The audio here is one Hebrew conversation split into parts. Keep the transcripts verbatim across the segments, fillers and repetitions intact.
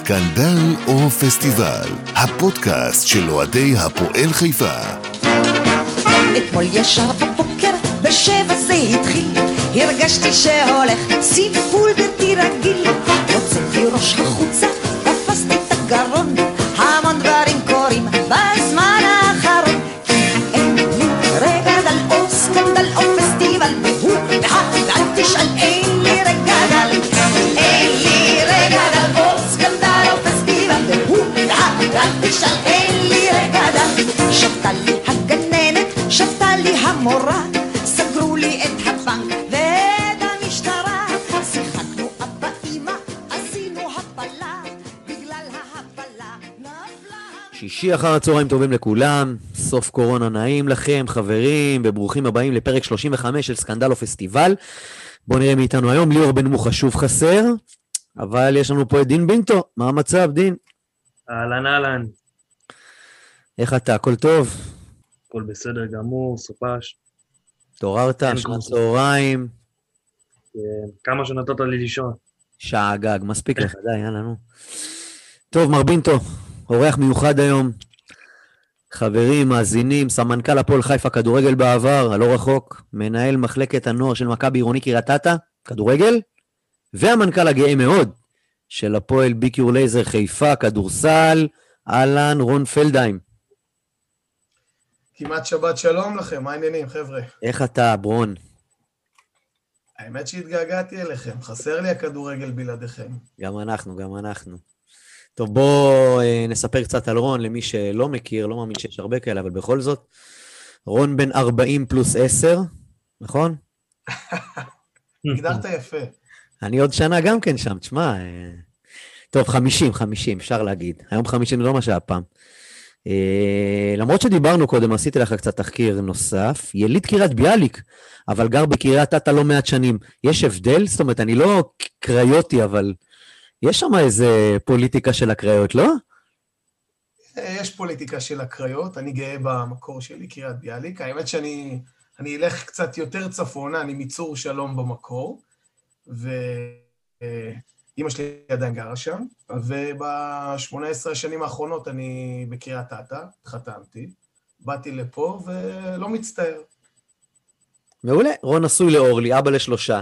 סקנדל או פסטיבל, הפודקאסט של אוהדי הפועל חיפה. אתמול ישר בבוקר בשבע זה התחיל, הרגשתי שהולך סיפול בלתי רגיל. הוצאתי ראש החוצה, תפסתי את הגרון, המון דברים קורים בזמן האחרון. אין לי רגדל או סקנדל או פסטיבל, והוא והוא ואל תשאל, אין לי רגדל, אין לי רגדל או סקנדל או פסטיבל, והוא והוא ואל תשאל, אין לי רגדל. שבתה לי הגננת, שבתה לי המורה, סגרו לי את הבנק ואת המשטרה. שיחקנו אבא אמא, עשינו הפלה, בגלל ההפלה נפלה. שישי אחר הצהריים טובים לכולם, סוף קורונה נעים לכם חברים, וברוכים הבאים לפרק שלושים וחמש של סקנדל או פסטיבל. בואו נראה מאיתנו היום, ליאור בן מוחה שוב חסר, אבל יש לנו פה את דין בינטו. מה המצב דין? אהלן אהלן. איך אתה? הכל טוב? הכל בסדר גמור, סופש. תעוררת, שנת צהריים. כמה שנתת לי לישון. שעה גג, מספיק לך, די, יאללה, נו. טוב, מר בינטו, אורח מיוחד היום. חברים, מאזינים, סמנכ"ל הפועל חיפה כדורגל בעבר, הלא רחוק, מנהל מחלקת הנוער של מכבי עירוני קריית אתא, כדורגל, והמנכ"ל הגאה מאוד של הפועל ביקיור לייזר חיפה, כדורסל, אהלן רון פלדהיים. כמעט שבת שלום לכם, מה העניינים חבר'ה? איך אתה, ברון? האמת שהתגעגעתי אליכם, חסר לי הכדורגל בלעדיכם. גם אנחנו, גם אנחנו. טוב, בואו אה, נספר קצת על רון, למי שלא מכיר, לא מאמין שיש הרבה כאלה, אבל בכל זאת, רון בן ארבעים פלוס עשר, נכון? הגדרת יפה. אני עוד שנה גם כן שם, תשמע. אה... טוב, חמישים, חמישים, אפשר להגיד. היום חמישים לא מה שהיה פעם. Uh, למרות שדיברנו קודם, עשיתי לך קצת תחקיר נוסף, יליד קריית ביאליק, אבל גר בקריית אתא לא מעט שנים. יש הבדל? זאת אומרת, אני לא קריותי, אבל יש שם איזה פוליטיקה של הקריות, לא? יש פוליטיקה של הקריות, אני גאה במקור שלי, קריית ביאליק. האמת שאני אני אלך קצת יותר צפונה, אני מצור שלום במקור, ו... אמא שלי עדיין גרה שם, וב-שמונה עשרה השנים האחרונות אני בקריית אתא, התחתנתי, באתי לפה ולא מצטער. מעולה, רון נשוי לאורלי, אבא לשלושה.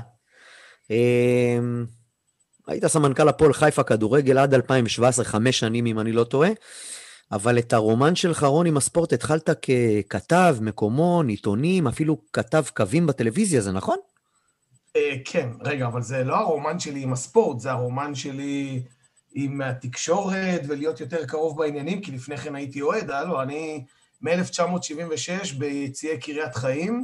היית סמנכ"ל הפועל חיפה כדורגל עד אלפיים שבע עשרה, חמש שנים אם אני לא טועה, אבל את הרומן שלך רון עם הספורט התחלת ככתב, מקומון, עיתונים, אפילו כתב קווים בטלוויזיה, זה נכון? כן, רגע, אבל זה לא הרומן שלי עם הספורט, זה הרומן שלי עם התקשורת ולהיות יותר קרוב בעניינים, כי לפני כן הייתי אוהד, הלו, אני מ-אלף תשע מאות שבעים ושש ביציעי קריית חיים,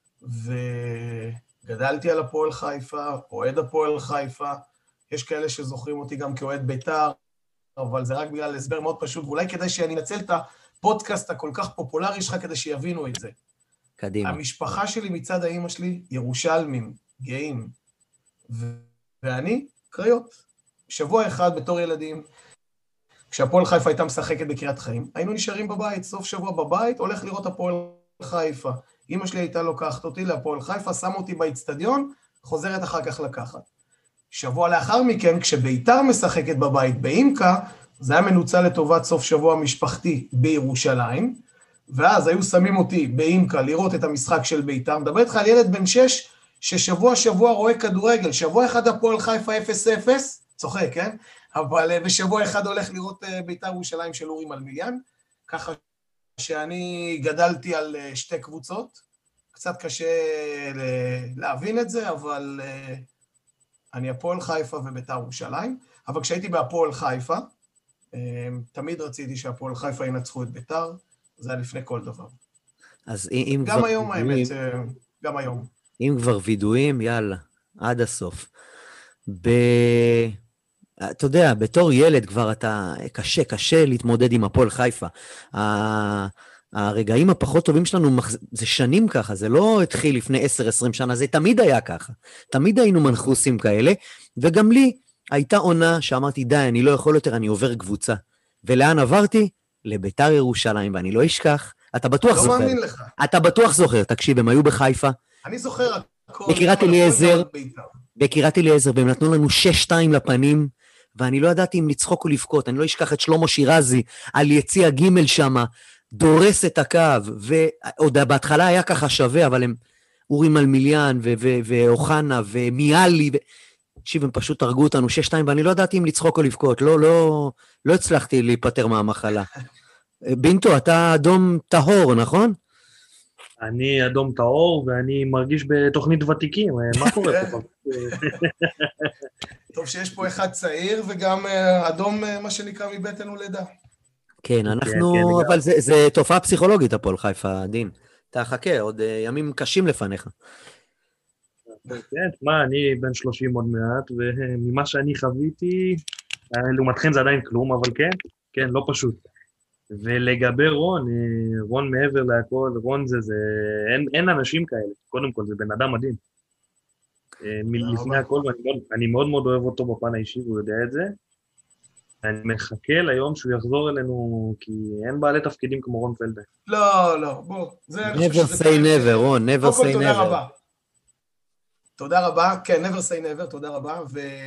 וגדלתי על הפועל חיפה, אוהד הפועל חיפה, יש כאלה שזוכרים אותי גם כאוהד בית"ר, אבל זה רק בגלל הסבר מאוד פשוט, ואולי כדאי שאני אנצל את הפודקאסט הכל כך פופולרי שלך כדי שיבינו את זה. קדימה. המשפחה שלי מצד האמא שלי, ירושלמים, גאים, ו- ואני, קריות. שבוע אחד בתור ילדים, כשהפועל חיפה הייתה משחקת בקריית חיים, היינו נשארים בבית, סוף שבוע בבית, הולך לראות הפועל חיפה. אמא שלי הייתה לוקחת אותי להפועל חיפה, שם אותי באצטדיון, חוזרת אחר כך לקחת. שבוע לאחר מכן, כשביתר משחקת בבית באימקה, זה היה מנוצל לטובת סוף שבוע משפחתי בירושלים, ואז היו שמים אותי באימקה לראות את המשחק של ביתר, מדבר איתך על ילד בן שש, ששבוע שבוע רואה כדורגל, שבוע אחד הפועל חיפה אפס אפס, צוחק, כן? אבל בשבוע אחד הולך לראות בית"ר ירושלים של אורי מלמיליאן, ככה שאני גדלתי על שתי קבוצות, קצת קשה להבין את זה, אבל אני הפועל חיפה ובית"ר ירושלים, אבל כשהייתי בהפועל חיפה, תמיד רציתי שהפועל חיפה ינצחו את בית"ר, זה היה לפני כל דבר. אז אם גם כבר... היום האמת, גם היום. אם כבר וידועים, יאללה, עד הסוף. ב... אתה יודע, בתור ילד כבר אתה קשה, קשה להתמודד עם הפועל חיפה. הרגעים הפחות טובים שלנו, זה שנים ככה, זה לא התחיל לפני עשר עשרים שנה, זה תמיד היה ככה. תמיד היינו מנחוסים כאלה, וגם לי הייתה עונה שאמרתי, די, אני לא יכול יותר, אני עובר קבוצה. ולאן עברתי? לבית"ר ירושלים, ואני לא אשכח. אתה בטוח זוכר. לא מאמין לך. אתה בטוח זוכר, תקשיב, הם היו בחיפה. אני זוכר הכל. בקריית אליעזר, בקריית אליעזר, והם נתנו לנו שש שתיים לפנים, ואני לא ידעתי אם לצחוק או לבכות, אני לא אשכח את שלמה שירזי על יציע ג' שמה, דורס את הקו, ועוד בהתחלה היה ככה שווה, אבל הם אורי מלמיליאן, ואוחנה, ומיאלי, תקשיב, הם פשוט הרגו אותנו שש שתיים, ואני לא ידעתי אם לצחוק או לבכות, לא, לא, לא הצלחתי להיפטר מהמחלה. בינטו, אתה אדום טהור, נכון? אני אדום טהור, ואני מרגיש בתוכנית ותיקים, מה קורה פה? טוב שיש פה אחד צעיר, וגם אדום, מה שנקרא, מבטן הולדה. כן, אנחנו, אבל זה תופעה פסיכולוגית, הפועל חיפה, דין. אתה חכה, עוד ימים קשים לפניך. כן, מה, אני בן שלושים עוד מעט, וממה שאני חוויתי, לעומתכם זה עדיין כלום, אבל כן, כן, לא פשוט. ולגבי רון, רון מעבר להכל, רון זה, זה, אין, אין אנשים כאלה, קודם כל, זה בן אדם מדהים. מלפני הכל, ואני מאוד, אני מאוד מאוד אוהב אותו בפן האישי, והוא יודע את זה. אני מחכה ליום שהוא יחזור אלינו, כי אין בעלי תפקידים כמו רון פלדה. לא, לא, בוא. never say never, רון, never say never. תודה רבה. תודה רבה, כן, never say never, תודה רבה,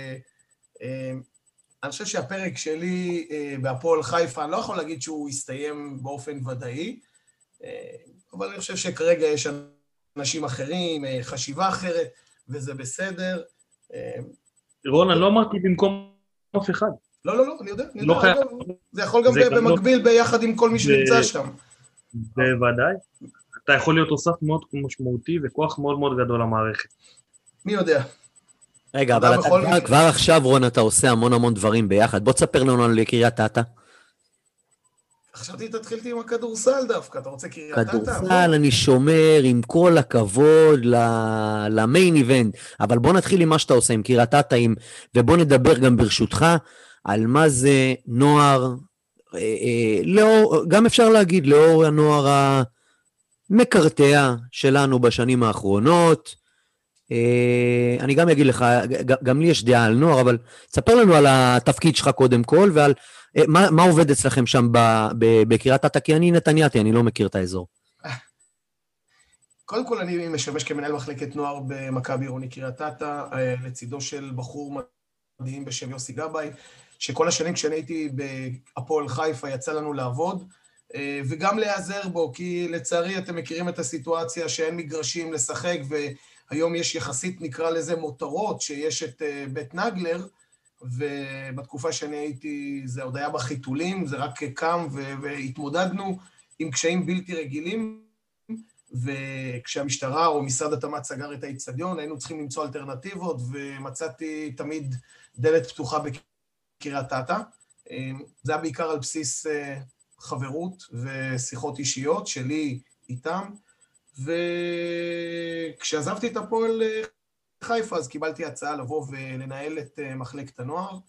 ואני חושב שהפרק שלי בהפועל חיפה, אני לא יכול להגיד שהוא יסתיים באופן ודאי, אבל אני חושב שכרגע יש אנשים אחרים, חשיבה אחרת, וזה בסדר. רון, אני לא אמרתי במקום אף אחד. לא, לא, לא, אני יודע, אני יודע, זה יכול גם במקביל ביחד עם כל מי שנמצא שם. בוודאי, אתה יכול להיות אוסף מאוד משמעותי וכוח מאוד מאוד גדול למערכת. מי יודע. רגע, אבל אתה כבר, כבר עכשיו, רון, אתה עושה המון המון דברים ביחד. בוא תספר לנו על קריית אתא. חשבתי תתחילתי עם הכדורסל דווקא, אתה רוצה קריית אתא? כדורסל אני שומר עם כל הכבוד למיין איבנט, אבל בוא נתחיל עם מה שאתה עושה עם קריית אתא, ובוא נדבר גם ברשותך על מה זה נוער, לאור, גם אפשר להגיד לאור הנוער המקרטע שלנו בשנים האחרונות. אני גם אגיד לך, גם לי יש דעה על נוער, אבל תספר לנו על התפקיד שלך קודם כל, ועל מה, מה עובד אצלכם שם בקריית אתא, כי אני נתניאתי, אני לא מכיר את האזור. קודם כל אני משמש כמנהל מחלקת נוער במכבי עירוני קריית אתא, לצידו של בחור מדהים בשם יוסי גבאי, שכל השנים כשאני הייתי בהפועל חיפה יצא לנו לעבוד, וגם להיעזר בו, כי לצערי אתם מכירים את הסיטואציה שאין מגרשים לשחק, והיום יש יחסית נקרא לזה מותרות, שיש את בית נגלר, ובתקופה שאני הייתי זה עוד היה בחיתולים, זה רק קם והתמודדנו עם קשיים בלתי רגילים, וכשהמשטרה או משרד התמ"ת סגר את האצטדיון, היינו צריכים למצוא אלטרנטיבות, ומצאתי תמיד דלת פתוחה בקריית אתא. זה היה בעיקר על בסיס חברות ושיחות אישיות שלי איתם, וכשעזבתי את הפועל חיפה, אז קיבלתי הצעה לבוא ולנהל את מחלקת הנוער.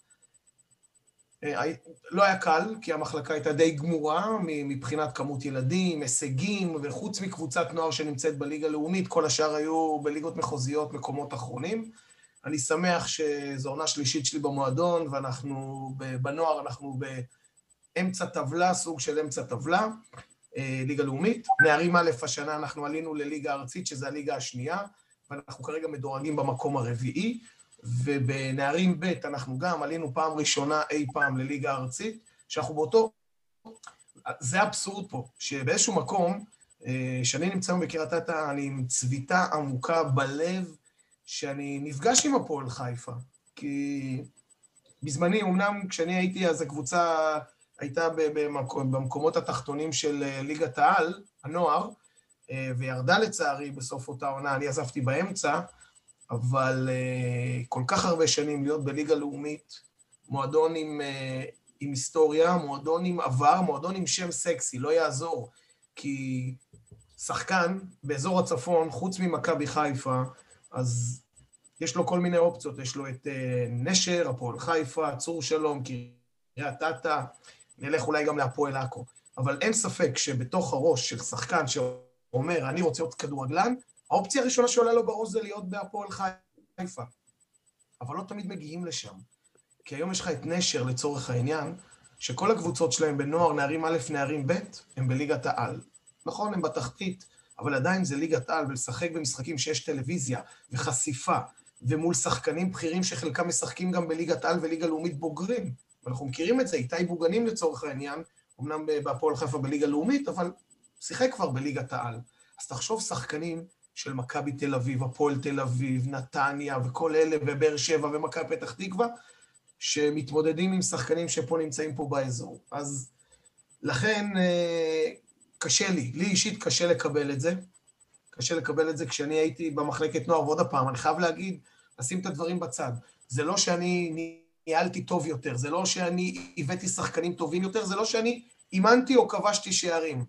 לא היה קל, כי המחלקה הייתה די גמורה מבחינת כמות ילדים, הישגים, וחוץ מקבוצת נוער שנמצאת בליגה הלאומית, כל השאר היו בליגות מחוזיות מקומות אחרונים. אני שמח שזו עונה שלישית שלי במועדון, ואנחנו בנוער, אנחנו באמצע טבלה, סוג של אמצע טבלה, ליגה לאומית. נערים א' השנה אנחנו עלינו לליגה ארצית, שזה הליגה השנייה, ואנחנו כרגע מדורגים במקום הרביעי, ובנערים ב' אנחנו גם עלינו פעם ראשונה אי פעם לליגה הארצית, שאנחנו באותו, זה אבסורד פה, שבאיזשהו מקום, שאני נמצא בקריית אתא, אני עם צביטה עמוקה בלב, שאני נפגש עם הפועל חיפה, כי בזמני, אמנם כשאני הייתי, אז הקבוצה הייתה במקומות התחתונים של ליגת העל, הנוער, וירדה לצערי בסוף אותה עונה, אני עזבתי באמצע, אבל uh, כל כך הרבה שנים להיות בליגה לאומית, מועדון עם, uh, עם היסטוריה, מועדון עם עבר, מועדון עם שם סקסי, לא יעזור, כי שחקן באזור הצפון, חוץ ממכבי חיפה, אז יש לו כל מיני אופציות, יש לו את uh, נשר, הפועל חיפה, צור שלום, קריית אתא, נלך אולי גם להפועל עכו, אבל אין ספק שבתוך הראש של שחקן שאומר, אני רוצה להיות כדורגלן, האופציה הראשונה שעולה לו בראש זה להיות בהפועל חיפה, אבל לא תמיד מגיעים לשם, כי היום יש לך את נשר לצורך העניין, שכל הקבוצות שלהם בנוער, נערים א', נערים ב', הם בליגת העל. נכון, הם בתחתית, אבל עדיין זה ליגת העל, ולשחק במשחקים שיש טלוויזיה וחשיפה, ומול שחקנים בכירים שחלקם משחקים גם בליגת על וליגה לאומית בוגרים. ואנחנו מכירים את זה, איתי בוגנים לצורך העניין, אמנם בהפועל חיפה בליגה לאומית, אבל שיחק כבר בליגת העל. אז תחשוב שחקנים של מכבי תל אביב, הפועל תל אביב, נתניה וכל אלה, ובאר שבע ומכבי פתח תקווה, שמתמודדים עם שחקנים שפה נמצאים פה באזור. אז לכן קשה לי, לי אישית קשה לקבל את זה, קשה לקבל את זה כשאני הייתי במחלקת נוער, ועוד הפעם, אני חייב להגיד, לשים את הדברים בצד. זה לא שאני ניהלתי טוב יותר, זה לא שאני הבאתי שחקנים טובים יותר, זה לא שאני אימנתי או כבשתי שערים.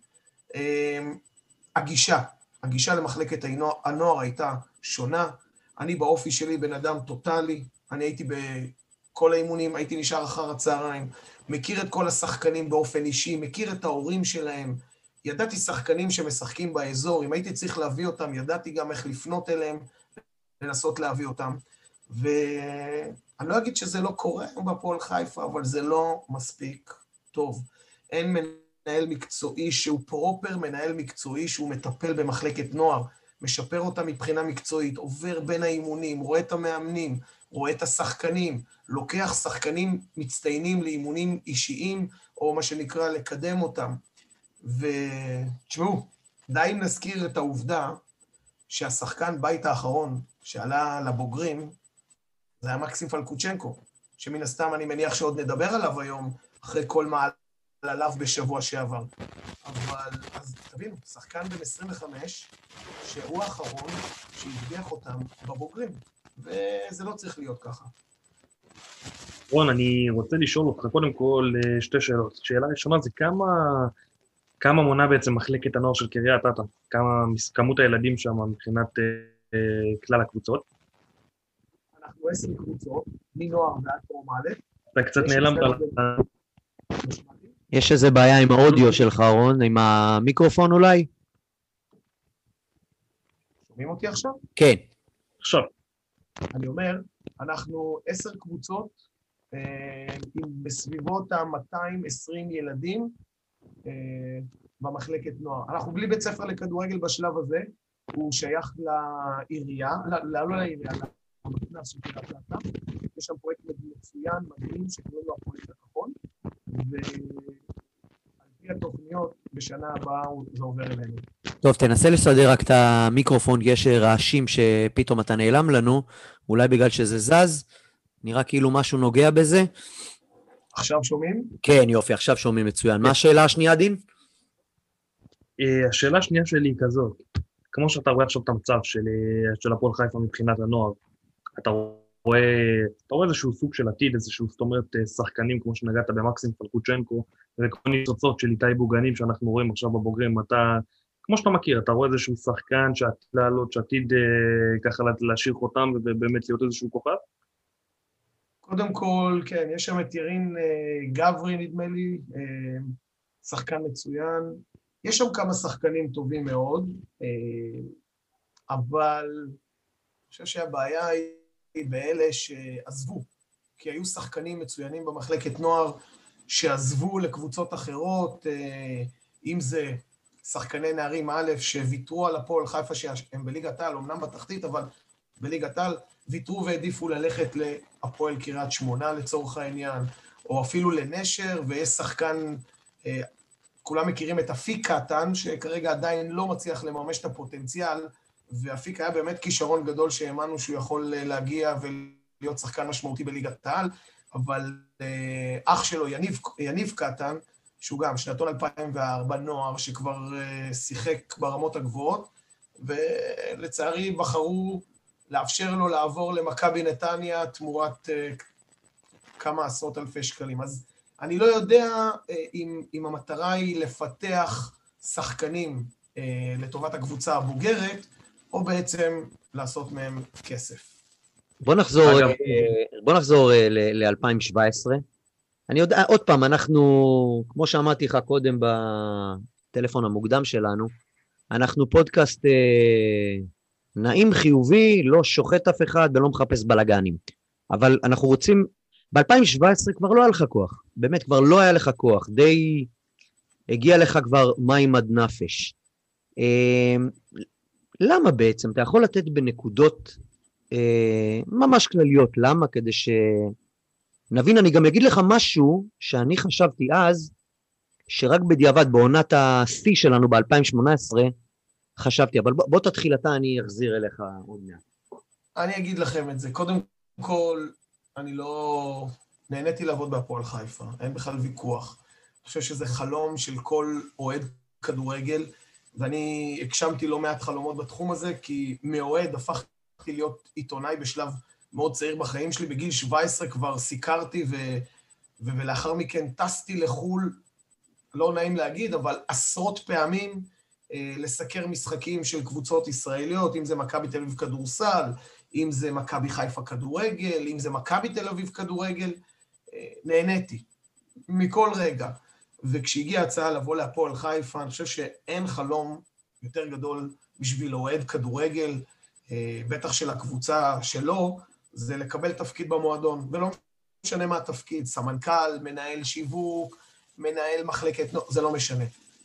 הגישה, הגישה למחלקת הנוער הייתה שונה, אני באופי שלי בן אדם טוטלי, אני הייתי בכל האימונים, הייתי נשאר אחר הצהריים, מכיר את כל השחקנים באופן אישי, מכיר את ההורים שלהם, ידעתי שחקנים שמשחקים באזור, אם הייתי צריך להביא אותם, ידעתי גם איך לפנות אליהם, לנסות להביא אותם, ואני לא אגיד שזה לא קורה בפועל חיפה, אבל זה לא מספיק טוב. אין מנהל מקצועי שהוא פרופר, מנהל מקצועי שהוא מטפל במחלקת נוער, משפר אותה מבחינה מקצועית, עובר בין האימונים, רואה את המאמנים, רואה את השחקנים, לוקח שחקנים מצטיינים לאימונים אישיים, או מה שנקרא לקדם אותם. ותשמעו, די אם נזכיר את העובדה שהשחקן בית האחרון שעלה לבוגרים, זה היה מקסים פלקוצ'נקו, שמן הסתם אני מניח שעוד נדבר עליו היום, אחרי כל מעל עליו בשבוע שעבר. אבל, אז תבינו, שחקן בן עשרים וחמש, שהוא האחרון שהבדיח אותם בבוגרים, וזה לא צריך להיות ככה. רון, אני רוצה לשאול אותך קודם כל שתי שאלות. שאלה ראשונה זה כמה, כמה מונה בעצם מחלקת הנוער של קריית אתא? כמה, כמות הילדים שם מבחינת אה, כלל הקבוצות? אנחנו עשר קבוצות, מנוער ועד טרום א'. אתה קצת נעלמת על... יש איזה בעיה עם האודיו שלך, רון, עם המיקרופון אולי? שומעים אותי עכשיו? כן. עכשיו. אני אומר, אנחנו עשר קבוצות, עם בסביבות ה-מאתיים ועשרים ילדים במחלקת נוער. אנחנו בלי בית ספר לכדורגל בשלב הזה, הוא שייך לעירייה, לא לעירייה, למתנ"ס של קריית אתא. יש שם פרויקט מצוין, מדהים, שקוראים לו הפרויקט הכחול, ועל פי התוכניות בשנה הבאה זה עובר אלינו. טוב, תנסה לסדר רק את המיקרופון, יש רעשים שפתאום אתה נעלם לנו, אולי בגלל שזה זז, נראה כאילו משהו נוגע בזה. עכשיו שומעים? כן, יופי, עכשיו שומעים מצוין. מה השאלה השנייה, דין? השאלה השנייה שלי היא כזאת, כמו שאתה רואה עכשיו את המצב של הפועל חיפה מבחינת הנוער, אתה רואה, אתה רואה איזשהו סוג של עתיד, איזשהו, זאת אומרת, שחקנים, כמו שנגעת במקסים פלקוצ'נקו, וכל ניצוצות של איתי בוגנים שאנחנו רואים עכשיו בבוגרים, אתה, כמו שאתה מכיר, אתה רואה איזשהו שחקן שעתיד לעלות, שעתיד אה, ככה להשאיר חותם, ובאמת להיות איזשהו כוכב? קודם כל, כן, יש שם את ירין אה, גברי, נדמה לי, אה, שחקן מצוין. יש שם כמה שחקנים טובים מאוד, אה, אבל אני חושב שהבעיה היא באלה שעזבו, כי היו שחקנים מצוינים במחלקת נוער שעזבו לקבוצות אחרות, אה, אם זה שחקני נערים א' שוויתרו על הפועל חיפה שהם בליגת העל, אמנם בתחתית, אבל בליגת העל, ויתרו והעדיפו ללכת להפועל קריית שמונה לצורך העניין, או אפילו לנשר, ויש שחקן, אה, כולם מכירים את אפיק קטן, שכרגע עדיין לא מצליח לממש את הפוטנציאל, ואפיק היה באמת כישרון גדול שהאמנו שהוא יכול להגיע ולהיות שחקן משמעותי בליגת העל, אבל אה, אח שלו, יניב, יניב קטן, שהוא גם שנתון אלפיים וארבע נוער, שכבר אה, שיחק ברמות הגבוהות, ולצערי בחרו לאפשר לו לעבור למכבי נתניה תמורת uh, כמה עשרות אלפי שקלים. אז אני לא יודע uh, אם, אם המטרה היא לפתח שחקנים uh, לטובת הקבוצה הבוגרת, או בעצם לעשות מהם כסף. בוא נחזור, אגב, בוא נחזור ל-אלפיים שבע עשרה. אני יודע, עוד פעם, אנחנו, כמו שאמרתי לך קודם בטלפון המוקדם שלנו, אנחנו פודקאסט... Uh, נעים חיובי, לא שוחט אף אחד ולא מחפש בלגנים. אבל אנחנו רוצים, ב-אלפיים שבע עשרה כבר לא היה לך כוח, באמת כבר לא היה לך כוח, די הגיע לך כבר מים עד נפש. למה בעצם? אתה יכול לתת בנקודות אה, ממש כלליות. למה? כדי שנבין, אני גם אגיד לך משהו שאני חשבתי אז, שרק בדיעבד, בעונת ה-C שלנו ב-אלפיים שמונה עשרה, חשבתי, אבל בוא, בוא תתחיל אתה, אני אחזיר אליך עוד מעט. אני אגיד לכם את זה. קודם כל, אני לא... נהניתי לעבוד בהפועל חיפה, אין בכלל ויכוח. אני חושב שזה חלום של כל אוהד כדורגל, ואני הגשמתי לא מעט חלומות בתחום הזה, כי מאוהד הפכתי להיות עיתונאי בשלב מאוד צעיר בחיים שלי. בגיל שבע עשרה כבר סיקרתי, ו... ו... ולאחר מכן טסתי לחול, לא נעים להגיד, אבל עשרות פעמים אה, לסקר משחקים של קבוצות ישראליות, אם זה מכבי תל אביב כדורסל, אם זה מכבי חיפה כדורגל, אם זה מכבי תל אביב כדורגל, אה, נהניתי מכל רגע. וכשהגיעה הצעה לבוא להפועל חיפה, אני חושב שאין חלום יותר גדול בשביל אוהד כדורגל, אה, בטח של הקבוצה שלו, זה לקבל תפקיד במועדון, ולא משנה מה התפקיד, סמנכ"ל, מנהל שיווק, מנהל מחלקת, לא, זה לא משנה.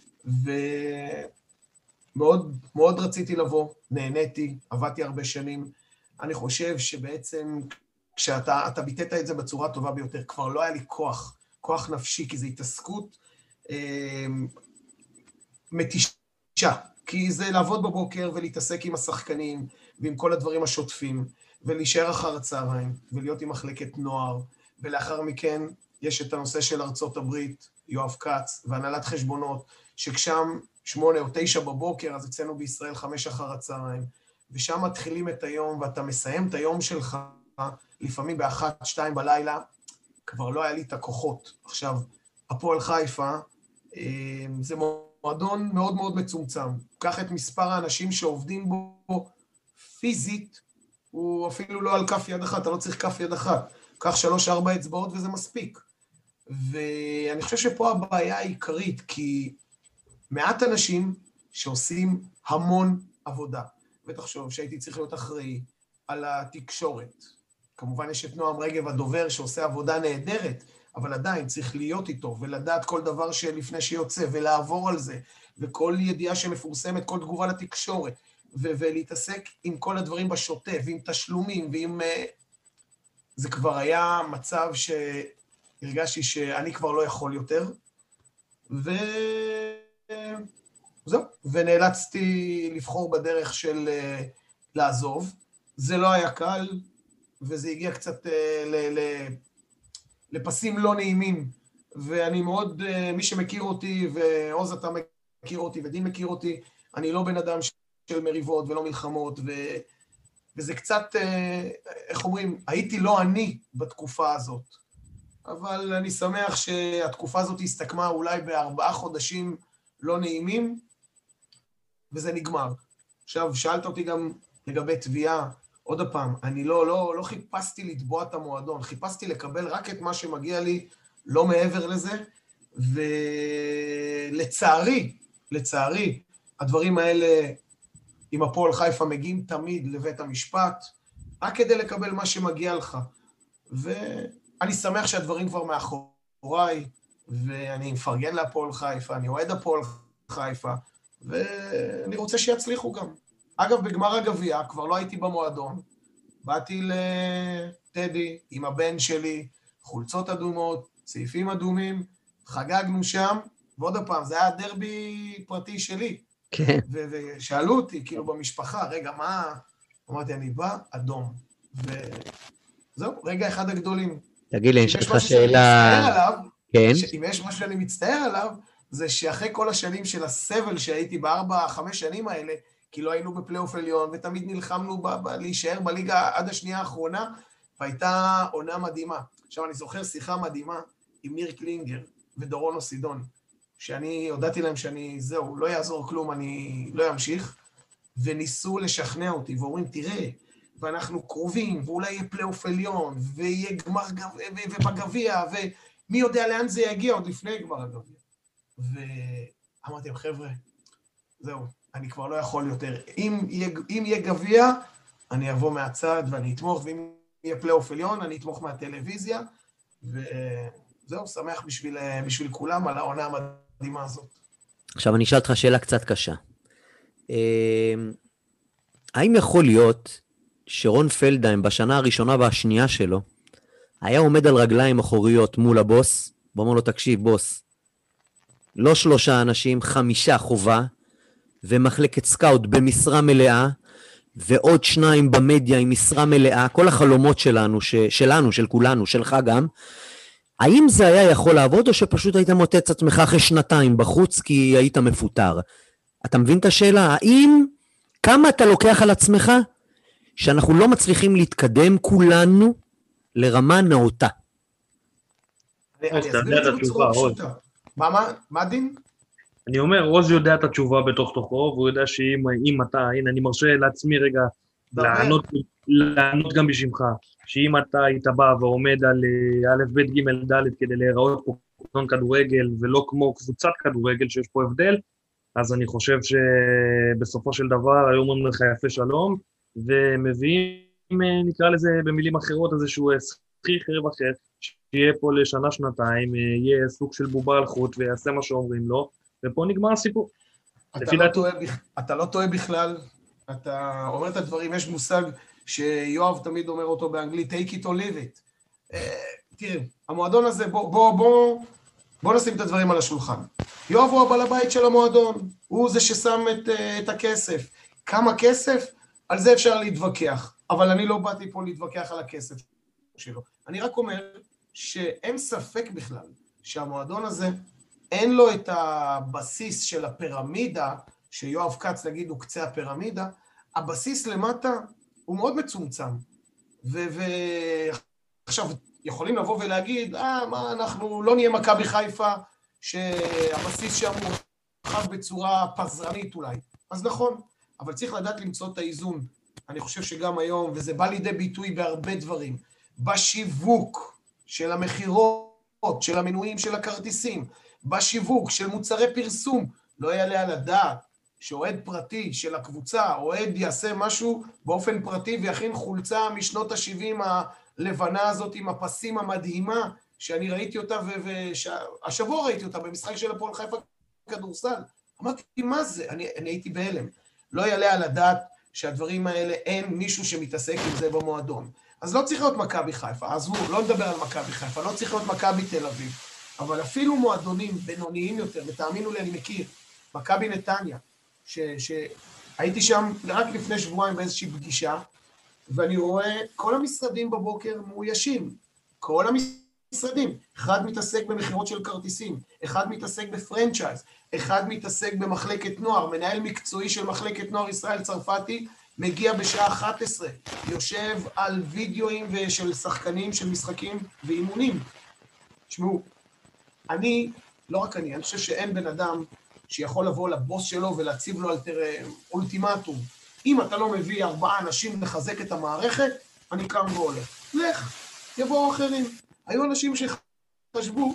ומאוד מאוד רציתי לבוא, נהניתי, עבדתי הרבה שנים. אני חושב שבעצם כשאתה אתה ביטאת את זה בצורה טובה ביותר, כבר לא היה לי כוח, כוח נפשי, כי זו התעסקות אה, מתישה, כי זה לעבוד בבוקר ולהתעסק עם השחקנים ועם כל הדברים השוטפים, ולהישאר אחר הצהריים, ולהיות עם מחלקת נוער, ולאחר מכן יש את הנושא של ארצות הברית, יואב קץ, והנהלת חשבונות, שכשם שמונה או תשע בבוקר, אז אצלנו בישראל חמש אחר הצהריים, ושם מתחילים את היום, ואתה מסיים את היום שלך, לפעמים באחת, שתיים בלילה, כבר לא היה לי את הכוחות. עכשיו, הפועל חיפה, זה מועדון מאוד מאוד מצומצם. קח את מספר האנשים שעובדים בו פיזית, הוא אפילו לא על כף יד אחת, אתה לא צריך כף יד אחת. קח שלוש, ארבע אצבעות וזה מספיק. ואני חושב שפה הבעיה העיקרית, כי מעט אנשים שעושים המון עבודה. ותחשוב שהייתי צריך להיות אחראי על התקשורת. כמובן יש את נועם רגב הדובר שעושה עבודה נהדרת, אבל עדיין צריך להיות איתו ולדעת כל דבר שלפני שיוצא ולעבור על זה, וכל ידיעה שמפורסמת, כל תגובה לתקשורת, ו- ולהתעסק עם כל הדברים בשוטף, ועם תשלומים, ועם... זה כבר היה מצב שהרגשתי שאני כבר לא יכול יותר, וזהו, ונאלצתי לבחור בדרך של לעזוב. זה לא היה קל, וזה הגיע קצת ל- ל- לפסים לא נעימים, ואני מאוד, מי שמכיר אותי, ועוז אתה מכיר אותי, ודין מכיר אותי, אני לא בן אדם של מריבות ולא מלחמות, ו... וזה קצת, איך אומרים, הייתי לא אני בתקופה הזאת, אבל אני שמח שהתקופה הזאת הסתכמה אולי בארבעה חודשים לא נעימים, וזה נגמר. עכשיו, שאלת אותי גם לגבי תביעה, עוד הפעם, אני לא, לא, לא חיפשתי לתבוע את המועדון, חיפשתי לקבל רק את מה שמגיע לי, לא מעבר לזה, ולצערי, לצערי, הדברים האלה, עם הפועל חיפה מגיעים תמיד לבית המשפט, רק כדי לקבל מה שמגיע לך. ואני שמח שהדברים כבר מאחוריי, ואני מפרגן להפועל חיפה, אני אוהד הפועל חיפה, ואני רוצה שיצליחו גם. אגב, בגמר הגביע, כבר לא הייתי במועדון, באתי לטדי עם הבן שלי, חולצות אדומות, צעיפים אדומים, חגגנו שם, ועוד הפעם, זה היה דרבי פרטי שלי. כן. ושאלו אותי, כאילו במשפחה, רגע, מה? אמרתי, אני בא, אדום. וזהו, רגע אחד הגדולים. תגיד לי, אני אשאל לך שאלה... כן. אם יש משהו שאני מצטער עליו, זה שאחרי כל השנים של הסבל שהייתי בארבע, חמש שנים האלה, כי לא היינו בפלייאוף עליון, ותמיד נלחמנו ב- ב- להישאר בליגה עד השנייה האחרונה, והייתה עונה מדהימה. עכשיו, אני זוכר שיחה מדהימה עם ניר קלינגר ודורון אוסידון, שאני הודעתי להם שאני, זהו, לא יעזור כלום, אני לא אמשיך, וניסו לשכנע אותי, ואומרים, תראה, ואנחנו קרובים, ואולי יהיה פלייאוף עליון, ויהיה גמר גביע, ובגביע, ומי יודע לאן זה יגיע עוד לפני גמר הגביע. ואמרתי להם, חבר'ה, זהו, אני כבר לא יכול יותר. אם יהיה, אם יהיה גביע, אני אבוא מהצד ואני אתמוך, ואם יהיה פלייאוף עליון, אני אתמוך מהטלוויזיה, וזהו, שמח בשביל, בשביל כולם על העונה המדהימה הזאת. עכשיו אני אשאל אותך שאלה קצת קשה. האם יכול להיות שרון פלדהיים בשנה הראשונה והשנייה שלו, היה עומד על רגליים אחוריות מול הבוס, ואומר לו, תקשיב, בוס, לא שלושה אנשים, חמישה חובה, ומחלקת סקאוט במשרה מלאה, ועוד שניים במדיה עם משרה מלאה, כל החלומות שלנו, ש, שלנו, של כולנו, שלך גם, האם זה היה יכול לעבוד, או שפשוט היית מוטט עצמך אחרי שנתיים בחוץ, כי היית מפוטר? אתה מבין את השאלה? האם, כמה אתה לוקח על עצמך, שאנחנו לא מצליחים להתקדם כולנו, לרמה נאותה? אני אסביר את זה בצורה פשוטה. מה הדין? אני אומר, רוז יודע את התשובה בתוך תוכו, והוא יודע שאם אתה, הנה, אני מרשה לעצמי רגע לענות, לענות גם בשמך, שאם אתה היית בא ועומד על א' ב' ג' ד' כדי להיראות פה קבוצת כדורגל, ולא כמו קבוצת כדורגל שיש פה הבדל, אז אני חושב שבסופו של דבר, היום אומרים לך יפה שלום, ומביאים, נקרא לזה במילים אחרות, איזשהו שכיר חרב אחר, שיהיה פה לשנה, שנתיים, יהיה סוג של בובה על חוט, ויעשה מה שאומרים לו, ופה נגמר הסיפור. אתה לא, טועה, אתה לא טועה בכלל, אתה אומר את הדברים, יש מושג שיואב תמיד אומר אותו באנגלית, take it or leave it. תראה, המועדון הזה, בוא, בוא, בוא, בוא נשים את הדברים על השולחן. יואב הוא הבעל הבית של המועדון, הוא זה ששם את, את הכסף. כמה כסף? על זה אפשר להתווכח, אבל אני לא באתי פה להתווכח על הכסף שלו. אני רק אומר שאין ספק בכלל שהמועדון הזה, אין לו את הבסיס של הפירמידה, שיואב קץ נגיד הוא קצה הפירמידה, הבסיס למטה הוא מאוד מצומצם. ועכשיו יכולים לבוא ולהגיד, אה, מה, אנחנו לא נהיה מכבי חיפה, שהבסיס שם הוא רחב בצורה פזרנית אולי. אז נכון, אבל צריך לדעת למצוא את האיזון. אני חושב שגם היום, וזה בא לידי ביטוי בהרבה דברים, בשיווק של המחירות, של המנויים של הכרטיסים, בשיווק של מוצרי פרסום, לא יעלה על הדעת שאוהד פרטי של הקבוצה, אוהד יעשה משהו באופן פרטי ויכין חולצה משנות ה-שבעים הלבנה הזאת עם הפסים המדהימה, שאני ראיתי אותה, והשבוע ראיתי אותה במשחק של הפועל חיפה כדורסל. אמרתי, מה זה? אני, אני הייתי בהלם. לא יעלה על הדעת שהדברים האלה, אין מישהו שמתעסק עם זה במועדון. אז לא צריך להיות מכבי חיפה, עזבו, לא נדבר על מכבי חיפה, לא צריך להיות מכבי תל אביב. אבל אפילו מועדונים בינוניים יותר, ותאמינו לי, אני מכיר, מכבי נתניה, ש, שהייתי שם רק לפני שבועיים באיזושהי פגישה, ואני רואה כל המשרדים בבוקר מאוישים, כל המשרדים, אחד מתעסק במחירות של כרטיסים, אחד מתעסק בפרנצ'ייז, אחד מתעסק במחלקת נוער, מנהל מקצועי של מחלקת נוער ישראל צרפתי, מגיע בשעה אחת עשרה, יושב על וידאוים של שחקנים של משחקים ואימונים. תשמעו, אני, לא רק אני, אני חושב שאין בן אדם שיכול לבוא לבוס שלו ולהציב לו אלטר, אולטימטום. אם אתה לא מביא ארבעה אנשים לחזק את המערכת, אני קם והולך. לך, יבואו אחרים. היו אנשים שחשבו,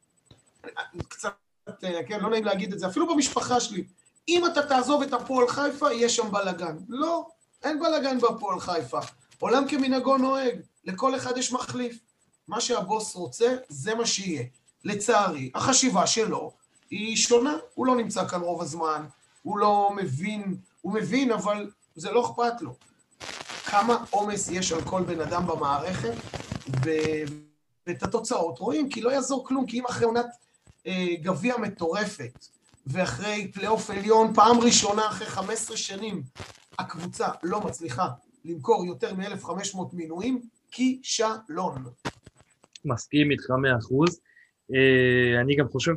קצת, כן, לא נעים להגיד את זה, אפילו במשפחה שלי, אם אתה תעזוב את הפועל חיפה, יהיה שם בלגן. לא, אין בלגן בפועל חיפה. עולם כמנהגו נוהג, לכל אחד יש מחליף. מה שהבוס רוצה, זה מה שיהיה. לצערי, החשיבה שלו היא שונה. הוא לא נמצא כאן רוב הזמן, הוא לא מבין, הוא מבין, אבל זה לא אכפת לו. כמה עומס יש על כל בן אדם במערכת, ו- ואת התוצאות רואים, כי לא יעזור כלום, כי אם אחרי עונת אה, גביע מטורפת, ואחרי פלייאוף עליון, פעם ראשונה אחרי חמש עשרה שנים, הקבוצה לא מצליחה למכור יותר מ-אלף וחמש מאות מינויים, כישלון. מסכים איתך מאה אחוז. אני גם חושב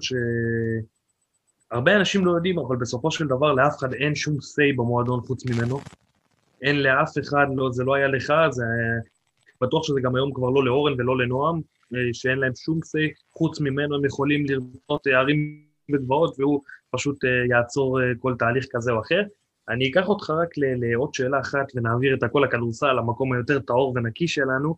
שהרבה אנשים לא יודעים, אבל בסופו של דבר לאף אחד אין שום say במועדון חוץ ממנו. אין לאף אחד, לא, זה לא היה לך, זה בטוח שזה גם היום כבר לא לאורן ולא לנועם, שאין להם שום say חוץ ממנו, הם יכולים לראות ערים וגבעות, והוא פשוט יעצור כל תהליך כזה או אחר. אני אקח אותך רק לעוד שאלה אחת, ונעביר את הכל הכדורסל למקום היותר טהור ונקי שלנו.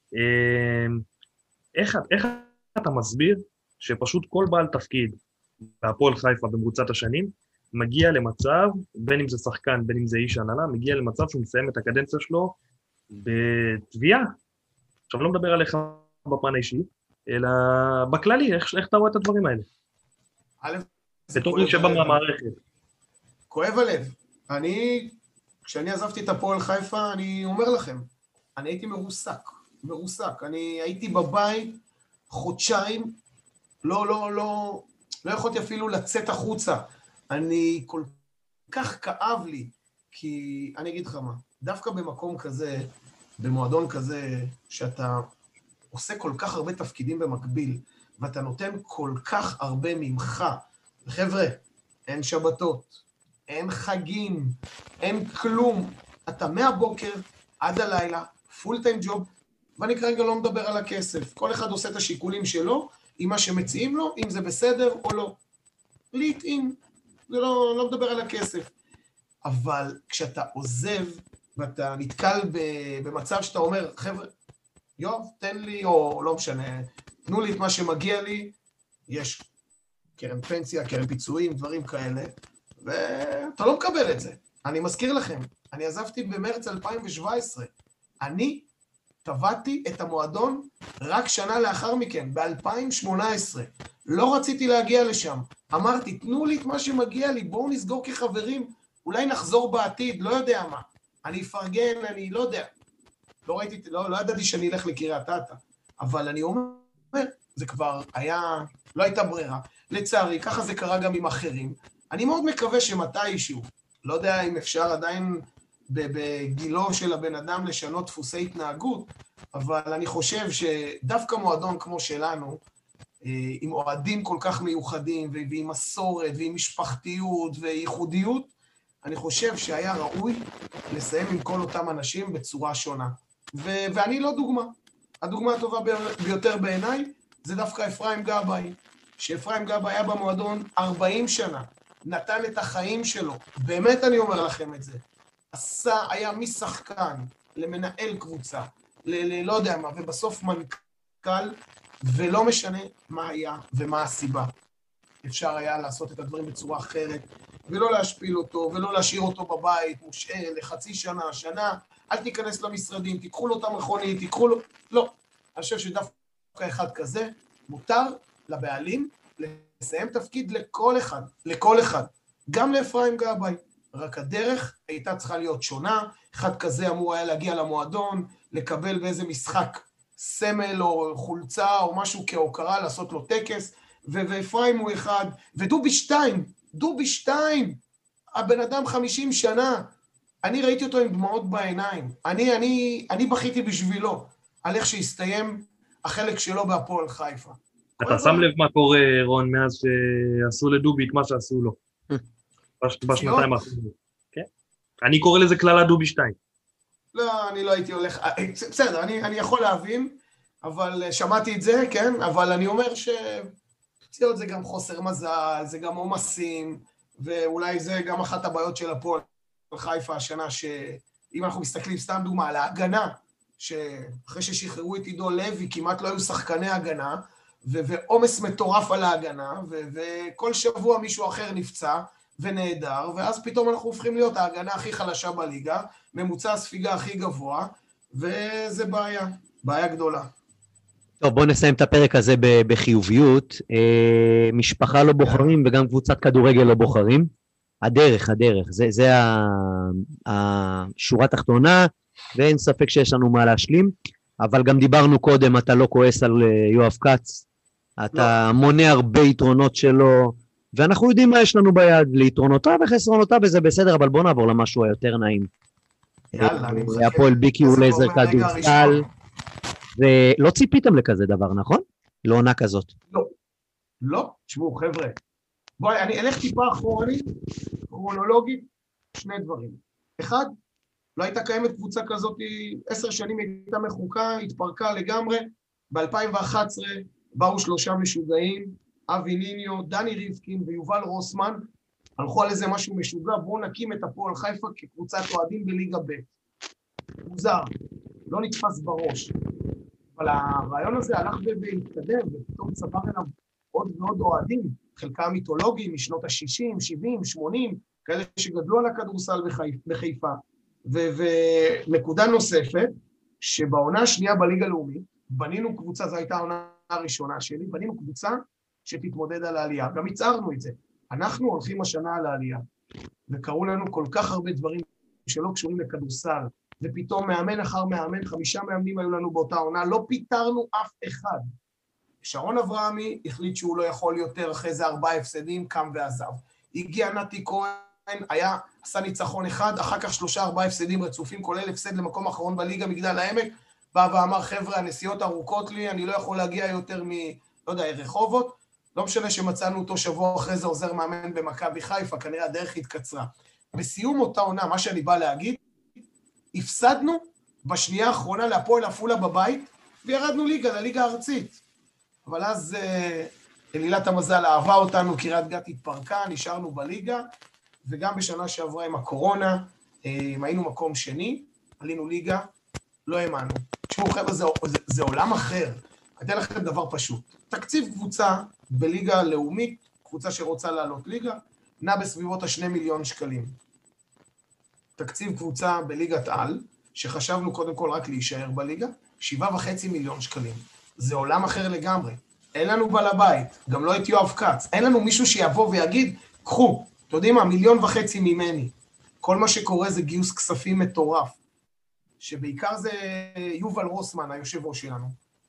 איך, איך אתה מסביר שפשוט כל בעל תפקיד בהפועל חיפה במרוצת השנים, מגיע למצב, בין אם זה שחקן, בין אם זה איש הנהלה, מגיע למצב שהוא מסיים את הקדנציה שלו בתביעה. עכשיו לא מדבר עליך בפן האישי, אלא בכללי, איך, איך אתה רואה את הדברים האלה? א', בתור מי שבא מהמערכת. כואב הלב. אני, כשאני עזבתי את הפועל חיפה, אני אומר לכם, אני הייתי מרוסק, מרוסק. אני הייתי בבית חודשיים, לא, לא, לא, לא יכולתי אפילו לצאת החוצה. אני כל כך כאב לי, כי אני אגיד לך מה, דווקא במקום כזה, במועדון כזה, שאתה עושה כל כך הרבה תפקידים במקביל, ואתה נותן כל כך הרבה ממך, וחבר'ה, אין שבתות, אין חגים, אין כלום. אתה מהבוקר עד הלילה, פול טיים ג'וב, ואני כרגע לא מדבר על הכסף. כל אחד עושה את השיקולים שלו, עם מה שמציעים לו, אם זה בסדר או לא. להתאים, זה לא, לא מדבר על הכסף. אבל כשאתה עוזב, ואתה נתקל במצב שאתה אומר, חבר'ה, יוב, תן לי, או לא משנה, תנו לי את מה שמגיע לי, יש קרן פנסיה, קרן פיצויים, דברים כאלה, ואתה לא מקבל את זה. אני מזכיר לכם, אני עזבתי במרץ אלפיים שבע עשרה, אני טבעתי את המועדון רק שנה לאחר מכן, ב-אלפיים שמונה עשרה. לא רציתי להגיע לשם. אמרתי, תנו לי את מה שמגיע לי, בואו נסגור כחברים, אולי נחזור בעתיד, לא יודע מה. אני אפרגן, אני לא יודע. לא ראיתי, לא, לא ידעתי שאני אלך לקריית אתא, אבל אני אומר, זה כבר היה, לא הייתה ברירה. לצערי, ככה זה קרה גם עם אחרים. אני מאוד מקווה שמתישהו, לא יודע אם אפשר עדיין בגילו של הבן אדם לשנות דפוסי התנהגות, אבל אני חושב שדווקא מועדון כמו שלנו, עם אוהדים כל כך מיוחדים, ועם מסורת, ועם משפחתיות וייחודיות, אני חושב שהיה ראוי לסיים עם כל אותם אנשים בצורה שונה. ו- ואני לא דוגמה. הדוגמה הטובה ביותר בעיניי זה דווקא אפרים גבאי, שאפרים גבאי היה במועדון ארבעים שנה, נתן את החיים שלו, באמת אני אומר לכם את זה, עשה, היה משחקן למנהל קבוצה, ל- ל- לא יודע מה, ובסוף מנכ"ל, ולא משנה מה היה ומה הסיבה. אפשר היה לעשות את הדברים בצורה אחרת, ולא להשפיל אותו, ולא להשאיר אותו בבית, מושאל, לחצי שנה, שנה, אל תיכנס למשרדים, תיקחו לו את המכונית, תיקחו לו... לא. אני חושב שדווקא אחד כזה, מותר לבעלים לסיים תפקיד לכל אחד, לכל אחד. גם לאפרים גבאי. רק הדרך הייתה צריכה להיות שונה, אחד כזה אמור היה להגיע למועדון, לקבל באיזה משחק סמל או חולצה או משהו כהוקרה, לעשות לו טקס, ואפרים הוא אחד, ודובי שתיים, דובי שתיים, הבן אדם חמישים שנה, אני ראיתי אותו עם דמעות בעיניים, אני, אני, אני בכיתי בשבילו, על איך שהסתיים החלק שלו בהפועל חיפה. אתה שם לב מה קורה, רון, מאז שעשו לדובי את מה שעשו לו, בשנתיים האחרונות. כן? אני קורא לזה כללה דובי שתיים. לא, אני לא הייתי הולך, בסדר, אני, אני יכול להבין, אבל שמעתי את זה, כן, אבל אני אומר ש... פציעות זה גם חוסר מזל, זה גם עומסים, ואולי זה גם אחת הבעיות של הפועל חיפה השנה, שאם אנחנו מסתכלים סתם דוגמה על ההגנה, שאחרי ששחררו את עידו לוי, כמעט לא היו שחקני הגנה, ועומס מטורף על ההגנה, וכל שבוע מישהו אחר נפצע ונהדר, ואז פתאום אנחנו הופכים להיות ההגנה הכי חלשה בליגה, ממוצע הספיגה הכי גבוה, וזה בעיה, בעיה גדולה. טוב, בואו נסיים את הפרק הזה בחיוביות. משפחה לא בוחרים וגם קבוצת כדורגל לא בוחרים. הדרך, הדרך, זה, זה השורה התחתונה, ואין ספק שיש לנו מה להשלים, אבל גם דיברנו קודם, אתה לא כועס על יואב קץ, אתה מונה הרבה יתרונות שלו, ואנחנו יודעים מה יש לנו ביד, ליתרונותיו וחסרונותיו, וזה בסדר, אבל בואו נעבור למשהו היותר נעים. הפועל ביקי ולייזר כדורסל, ולא ציפיתם לכזה דבר, נכון? לא עונה כזאת. לא, לא, תשמעו חבר'ה, בואי, אני אלך טיפה אחורנית, כרונולוגית, שני דברים. אחד, לא הייתה קיימת קבוצה כזאת, עשר שנים הייתה מחוקה, התפרקה לגמרי, ב-אלפיים ואחת עשרה באו שלושה משוגעים, אבי ניניו, דני ריבקין ויובל רוסמן, הלכו על איזה משהו משוגע, בואו נקים את הפועל חיפה כקבוצת אוהדים בליגה ב'. מוזר, לא נתפס בראש. אבל הרעיון הזה הלך והתקדם, ופתאום צבר אליו עוד ועוד אוהדים, חלקם מיתולוגיים משנות ה-שישים, שבעים, שמונים, כאלה שגדלו על הכדורסל בחיפה. ונקודה נוספת, שבעונה השנייה בליגה לאומית, בנינו קבוצה, זו הייתה העונה הראשונה שלי, בנינו קבוצה שתתמודד על העלייה, גם הצערנו את זה. אנחנו הולכים השנה על העלייה, וקראו לנו כל כך הרבה דברים שלא קשורים לכדורסל, ופתאום מאמן אחר מאמן, חמישה מאמנים היו לנו באותה עונה, לא פיתרנו אף אחד. שרון אברהמי החליט שהוא לא יכול יותר, אחרי זה ארבעה הפסדים, קם ועזב. הגיע נתי כהן, היה, עשה ניצחון אחד, אחר כך שלושה ארבעה הפסדים רצופים, כולל הפסד למקום אחרון בליגה מגדל העמק, בא ואמר, חבר'ה, הנסיעות ארוכות לי, אני לא יכול להגיע יותר מ, לא יודע, רחובות, לא משנה שמצאנו אותו שבוע אחרי זה עוזר מאמן במכבי חיפה, כנראה הדרך התקצרה. בסיום אותה עונה, מה שאני בא להגיד, הפסדנו בשנייה האחרונה להפועל עפולה בבית, וירדנו ליגה, לליגה הארצית. אבל אז אלילת המזל אהבה אותנו, קריית גת התפרקה, נשארנו בליגה, וגם בשנה שעברה עם הקורונה, היינו מקום שני, עלינו ליגה, לא האמנו. תשמעו, חבר'ה, זה, זה, זה עולם אחר. אני אתן לכם דבר פשוט. תקציב קבוצה בליגה לאומית, קבוצה שרוצה לעלות ליגה, נע בסביבות השני מיליון שקלים. תקציב קבוצה בליגת על, שחשבנו קודם כל רק להישאר בליגה, שבעה וחצי מיליון שקלים. זה עולם אחר לגמרי. אין לנו בעל הבית, גם לא את יואב קץ. אין לנו מישהו שיבוא ויגיד, קחו, אתה יודעים מה, מיליון וחצי ממני. כל מה שקורה זה גיוס כספים מטורף. שבעיקר זה יובל רוסמן, היושב ראש שלנו,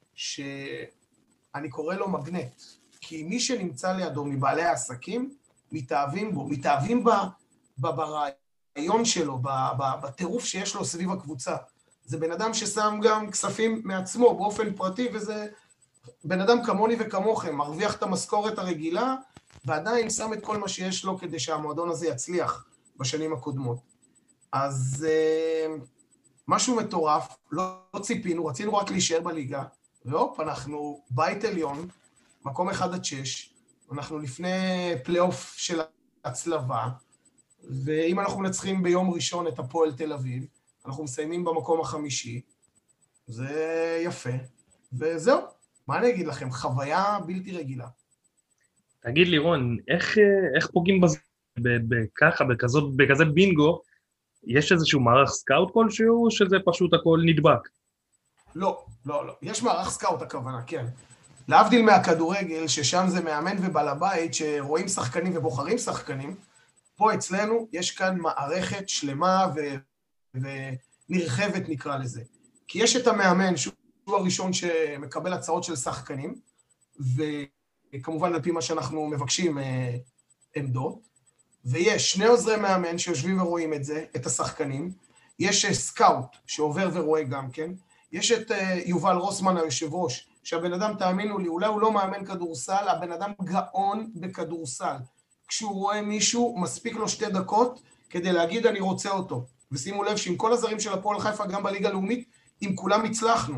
שאני קורא לו מגנט. כי מי שנמצא לידו מבעלי העסקים, מתאהבים בו, מתאהבים ברעיון שלו, בטירוף שיש לו סביב הקבוצה. זה בן אדם ששם גם כספים מעצמו באופן פרטי, וזה בן אדם כמוני וכמוכם, מרוויח את המשכורת הרגילה, ועדיין שם את כל מה שיש לו כדי שהמועדון הזה יצליח בשנים הקודמות. אז משהו מטורף, לא, לא ציפינו, רצינו רק להישאר בליגה, ואופ, אנחנו בית עליון, מקום אחד עד שש, אנחנו לפני פלייאוף של הצלבה, ואם אנחנו מנצחים ביום ראשון את הפועל תל אביב, אנחנו מסיימים במקום החמישי, זה יפה, וזהו, מה אני אגיד לכם? חוויה בלתי רגילה. תגיד לי, רון, איך, איך פוגעים בזה, בככה, בכזאת, בכזה בינגו, יש איזשהו מערך סקאוט כלשהו, או שזה פשוט הכל נדבק? לא, לא, לא. יש מערך סקאוט הכוונה, כן. להבדיל מהכדורגל, ששם זה מאמן ובעל הבית, שרואים שחקנים ובוחרים שחקנים, פה אצלנו יש כאן מערכת שלמה ו... ונרחבת נקרא לזה. כי יש את המאמן, שהוא הראשון שמקבל הצעות של שחקנים, וכמובן על פי מה שאנחנו מבקשים עמדות, ויש שני עוזרי מאמן שיושבים ורואים את זה, את השחקנים, יש סקאוט שעובר ורואה גם כן, יש את יובל רוסמן היושב ראש, שהבן אדם, תאמינו לי, אולי הוא לא מאמן כדורסל, הבן אדם גאון בכדורסל. כשהוא רואה מישהו, מספיק לו שתי דקות כדי להגיד אני רוצה אותו. ושימו לב שעם כל הזרים של הפועל חיפה, גם בליגה הלאומית, עם כולם הצלחנו.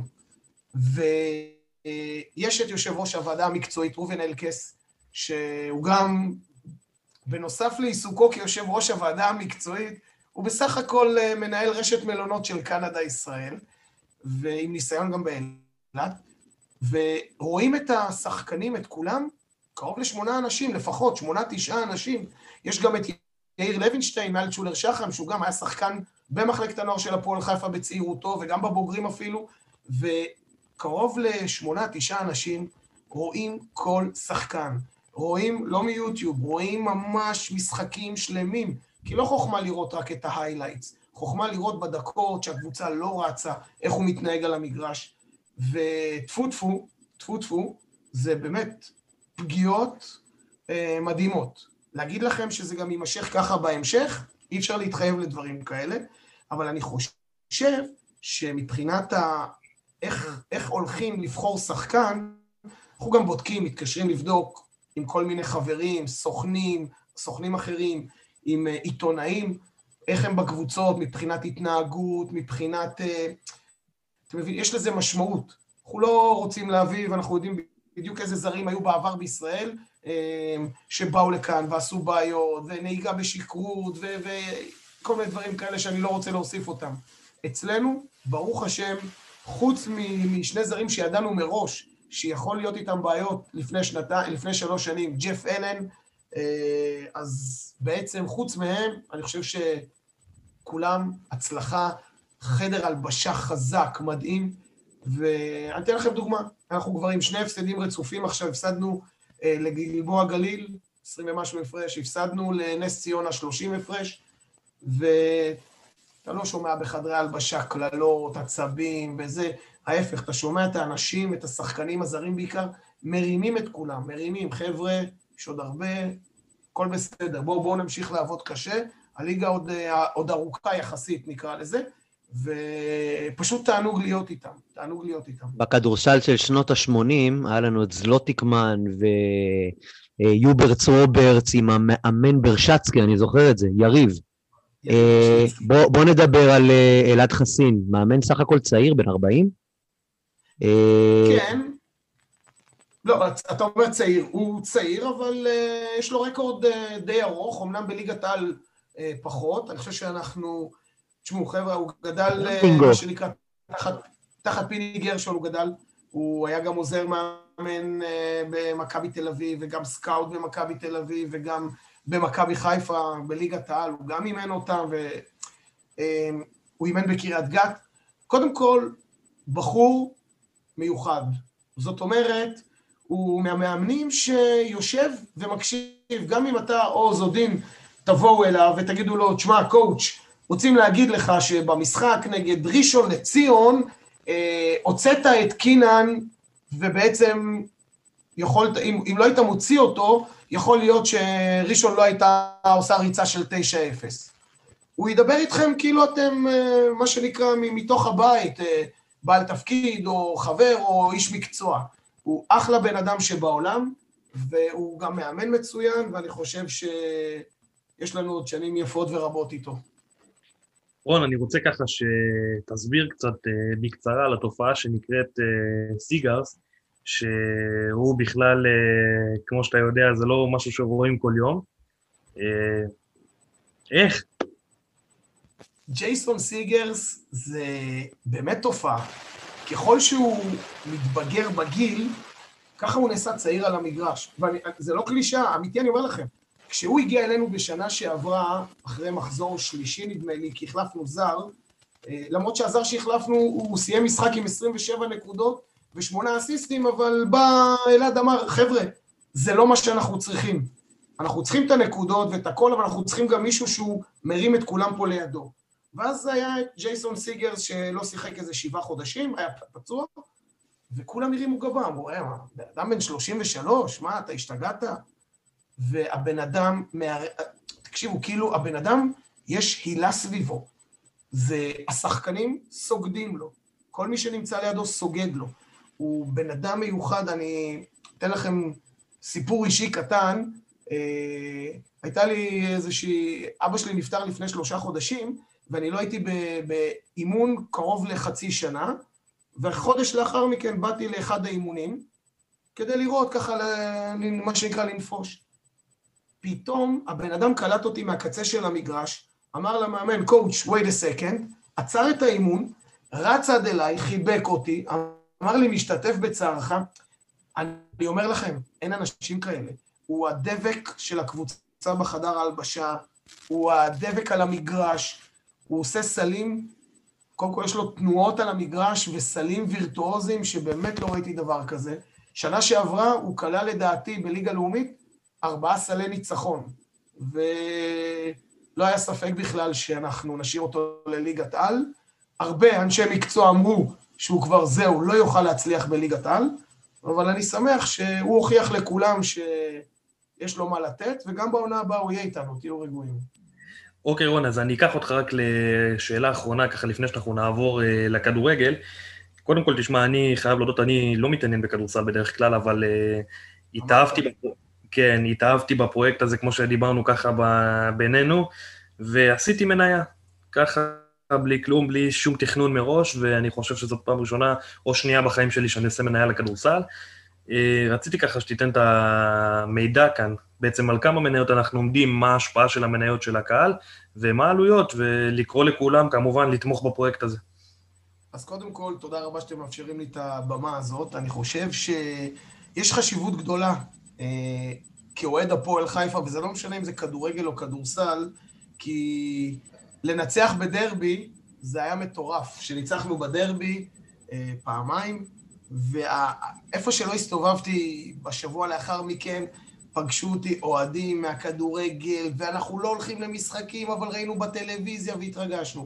ויש את יושב ראש הוועדה המקצועית, ראובן אלקס, שהוא גם, בנוסף לעיסוקו כיושב ראש הוועדה המקצועית, הוא בסך הכל מנהל רשת מלונות של קנדה ישראל, ועם ניסיון גם באילת, ורואים את השחקנים, את כולם, קרוב לשמונה אנשים, לפחות, שמונה, תשעה אנשים. יש גם את יאיר לוינשטיין, מאלצ'ולר שחם, שהוא גם היה שחקן במחלקת הנוער של הפועל חיפה בצעירותו, וגם בבוגרים אפילו, וקרוב לשמונה, תשעה אנשים רואים כל שחקן. רואים, לא מיוטיוב, רואים ממש משחקים שלמים, כי לא חוכמה לראות רק את ההיילייטס, חוכמה לראות בדקות שהקבוצה לא רצה, איך הוא מתנהג על המגרש, וטפו טפו, טפו טפו, זה באמת פגיעות אה, מדהימות. להגיד לכם שזה גם יימשך ככה בהמשך, אי אפשר להתחייב לדברים כאלה, אבל אני חושב שמבחינת ה... איך, איך הולכים לבחור שחקן, אנחנו גם בודקים, מתקשרים לבדוק עם כל מיני חברים, סוכנים, סוכנים אחרים, עם uh, עיתונאים, איך הם בקבוצות, מבחינת התנהגות, מבחינת... Uh, אתם מבינים, יש לזה משמעות. אנחנו לא רוצים להביא, ואנחנו יודעים בדיוק איזה זרים היו בעבר בישראל, uh, שבאו לכאן ועשו בעיות, ונהיגה בשכרות, ו- וכל מיני דברים כאלה שאני לא רוצה להוסיף אותם. אצלנו, ברוך השם, חוץ משני זרים שידענו מראש, שיכול להיות איתם בעיות לפני שנתיים, לפני שלוש שנים, ג'ף אלן, אז בעצם חוץ מהם, אני חושב שכולם הצלחה, חדר הלבשה חזק, מדהים, ואני אתן לכם דוגמה, אנחנו כבר עם שני הפסדים רצופים, עכשיו הפסדנו לגלבוע גליל, עשרים ומשהו הפרש, הפסדנו לנס ציונה שלושים הפרש, אתה לא שומע בחדרי הלבשה קללות, עצבים וזה, ההפך, אתה שומע את האנשים, את השחקנים הזרים בעיקר, מרימים את כולם, מרימים, חבר'ה, יש עוד הרבה, הכל בסדר, בואו בוא נמשיך לעבוד קשה, הליגה עוד, עוד ארוכה יחסית נקרא לזה, ופשוט תענוג להיות איתם, תענוג להיות איתם. בכדורסל של שנות ה-שמונים, היה לנו את זלוטיקמן ויוברץ רוברטס עם המאמן ברשצקי, אני זוכר את זה, יריב. בוא, בוא נדבר על אלעד חסין, מאמן סך הכל צעיר, בן ארבעים? כן. לא, אתה אומר צעיר, הוא צעיר, אבל uh, יש לו רקורד uh, די ארוך, אמנם בליגת העל uh, פחות, אני חושב שאנחנו, תשמעו חבר'ה, הוא גדל, uh, מה שנקרא, תחת, תחת פיני גרשון הוא גדל, הוא היה גם עוזר מאמן uh, במכבי תל אביב, וגם סקאוט במכבי תל אביב, וגם במכבי חיפה, בליגת העל, הוא גם אימן אותם, והוא אימן בקריית גת. קודם כל, בחור מיוחד, זאת אומרת, הוא מהמאמנים שיושב ומקשיב, גם אם אתה או זודין תבואו אליו ותגידו לו, תשמע, קואוץ', רוצים להגיד לך שבמשחק נגד ראשון לציון, אה, הוצאת את קינן, ובעצם יכולת, אם, אם לא היית מוציא אותו, יכול להיות שראשון לא הייתה עושה ריצה של תשע אפס. הוא ידבר איתכם כאילו אתם, אה, מה שנקרא, מתוך הבית, אה, בעל תפקיד או חבר או איש מקצוע. הוא אחלה בן אדם שבעולם, והוא גם מאמן מצוין, ואני חושב שיש לנו עוד שנים יפות ורבות איתו. רון, אני רוצה ככה שתסביר קצת בקצרה על התופעה שנקראת סיגרס, שהוא בכלל, כמו שאתה יודע, זה לא משהו שרואים כל יום. איך? ג'ייסון סיגרס זה באמת תופעה. ככל שהוא מתבגר בגיל, ככה הוא נעשה צעיר על המגרש. וזה לא קלישה, אמיתי אני אומר לכם. כשהוא הגיע אלינו בשנה שעברה, אחרי מחזור שלישי נדמה לי, כי החלפנו זר, למרות שהזר שהחלפנו, הוא סיים משחק עם עשרים ושבע נקודות ושמונה אסיסטים, אבל בא אלעד אמר, חבר'ה, זה לא מה שאנחנו צריכים. אנחנו צריכים את הנקודות ואת הכל, אבל אנחנו צריכים גם מישהו שהוא מרים את כולם פה לידו. ואז היה את ג'ייסון סיגרס שלא שיחק איזה שבעה חודשים, היה פצוע, וכולם הרימו גבה, אמרו, אה, מה, בן אדם בן שלושים ושלוש, מה, אתה השתגעת? והבן אדם, תקשיבו, כאילו, הבן אדם, יש הילה סביבו, והשחקנים סוגדים לו, כל מי שנמצא לידו סוגד לו, הוא בן אדם מיוחד, אני אתן לכם סיפור אישי קטן, אה, הייתה לי איזושהי, אבא שלי נפטר לפני שלושה חודשים, ואני לא הייתי באימון קרוב לחצי שנה, וחודש לאחר מכן באתי לאחד האימונים, כדי לראות ככה, מה שנקרא לנפוש. פתאום הבן אדם קלט אותי מהקצה של המגרש, אמר למאמן, coach, wait a second, עצר את האימון, רץ עד אליי, חיבק אותי, אמר לי, משתתף בצערך, אני אומר לכם, אין אנשים כאלה. הוא הדבק של הקבוצה בחדר ההלבשה, הוא הדבק על המגרש, הוא עושה סלים, קודם כל יש לו תנועות על המגרש וסלים וירטואוזיים שבאמת לא ראיתי דבר כזה. שנה שעברה הוא כלל לדעתי בליגה לאומית ארבעה סלי ניצחון, ולא היה ספק בכלל שאנחנו נשאיר אותו לליגת על. הרבה אנשי מקצוע אמרו שהוא כבר זהו, לא יוכל להצליח בליגת על, אבל אני שמח שהוא הוכיח לכולם שיש לו מה לתת, וגם בעונה הבאה הוא יהיה איתנו, תהיו רגועים. אוקיי רון, אז אני אקח אותך רק לשאלה האחרונה, ככה לפני שאנחנו נעבור uh, לכדורגל. קודם כל, תשמע, אני חייב להודות, אני לא מתעניין בכדורסל בדרך כלל, אבל uh, התאהבתי, בפ... כן, התאהבתי בפרויקט הזה, כמו שדיברנו ככה בינינו, ועשיתי מניה, ככה בלי כלום, בלי שום תכנון מראש, ואני חושב שזאת פעם ראשונה או שנייה בחיים שלי שאני עושה מניה לכדורסל. Uh, רציתי ככה שתיתן את המידע כאן, בעצם על כמה מניות אנחנו עומדים, מה ההשפעה של המניות של הקהל, ומה העלויות, ולקרוא לכולם כמובן לתמוך בפרויקט הזה. אז קודם כל, תודה רבה שאתם מאפשרים לי את הבמה הזאת. אני חושב שיש חשיבות גדולה אה, כאוהד הפועל חיפה, וזה לא משנה אם זה כדורגל או כדורסל, כי לנצח בדרבי זה היה מטורף. שניצחנו בדרבי אה, פעמיים, ואיפה שלא הסתובבתי בשבוע לאחר מכן, פגשו אותי אוהדים מהכדורגל, ואנחנו לא הולכים למשחקים, אבל ראינו בטלוויזיה והתרגשנו.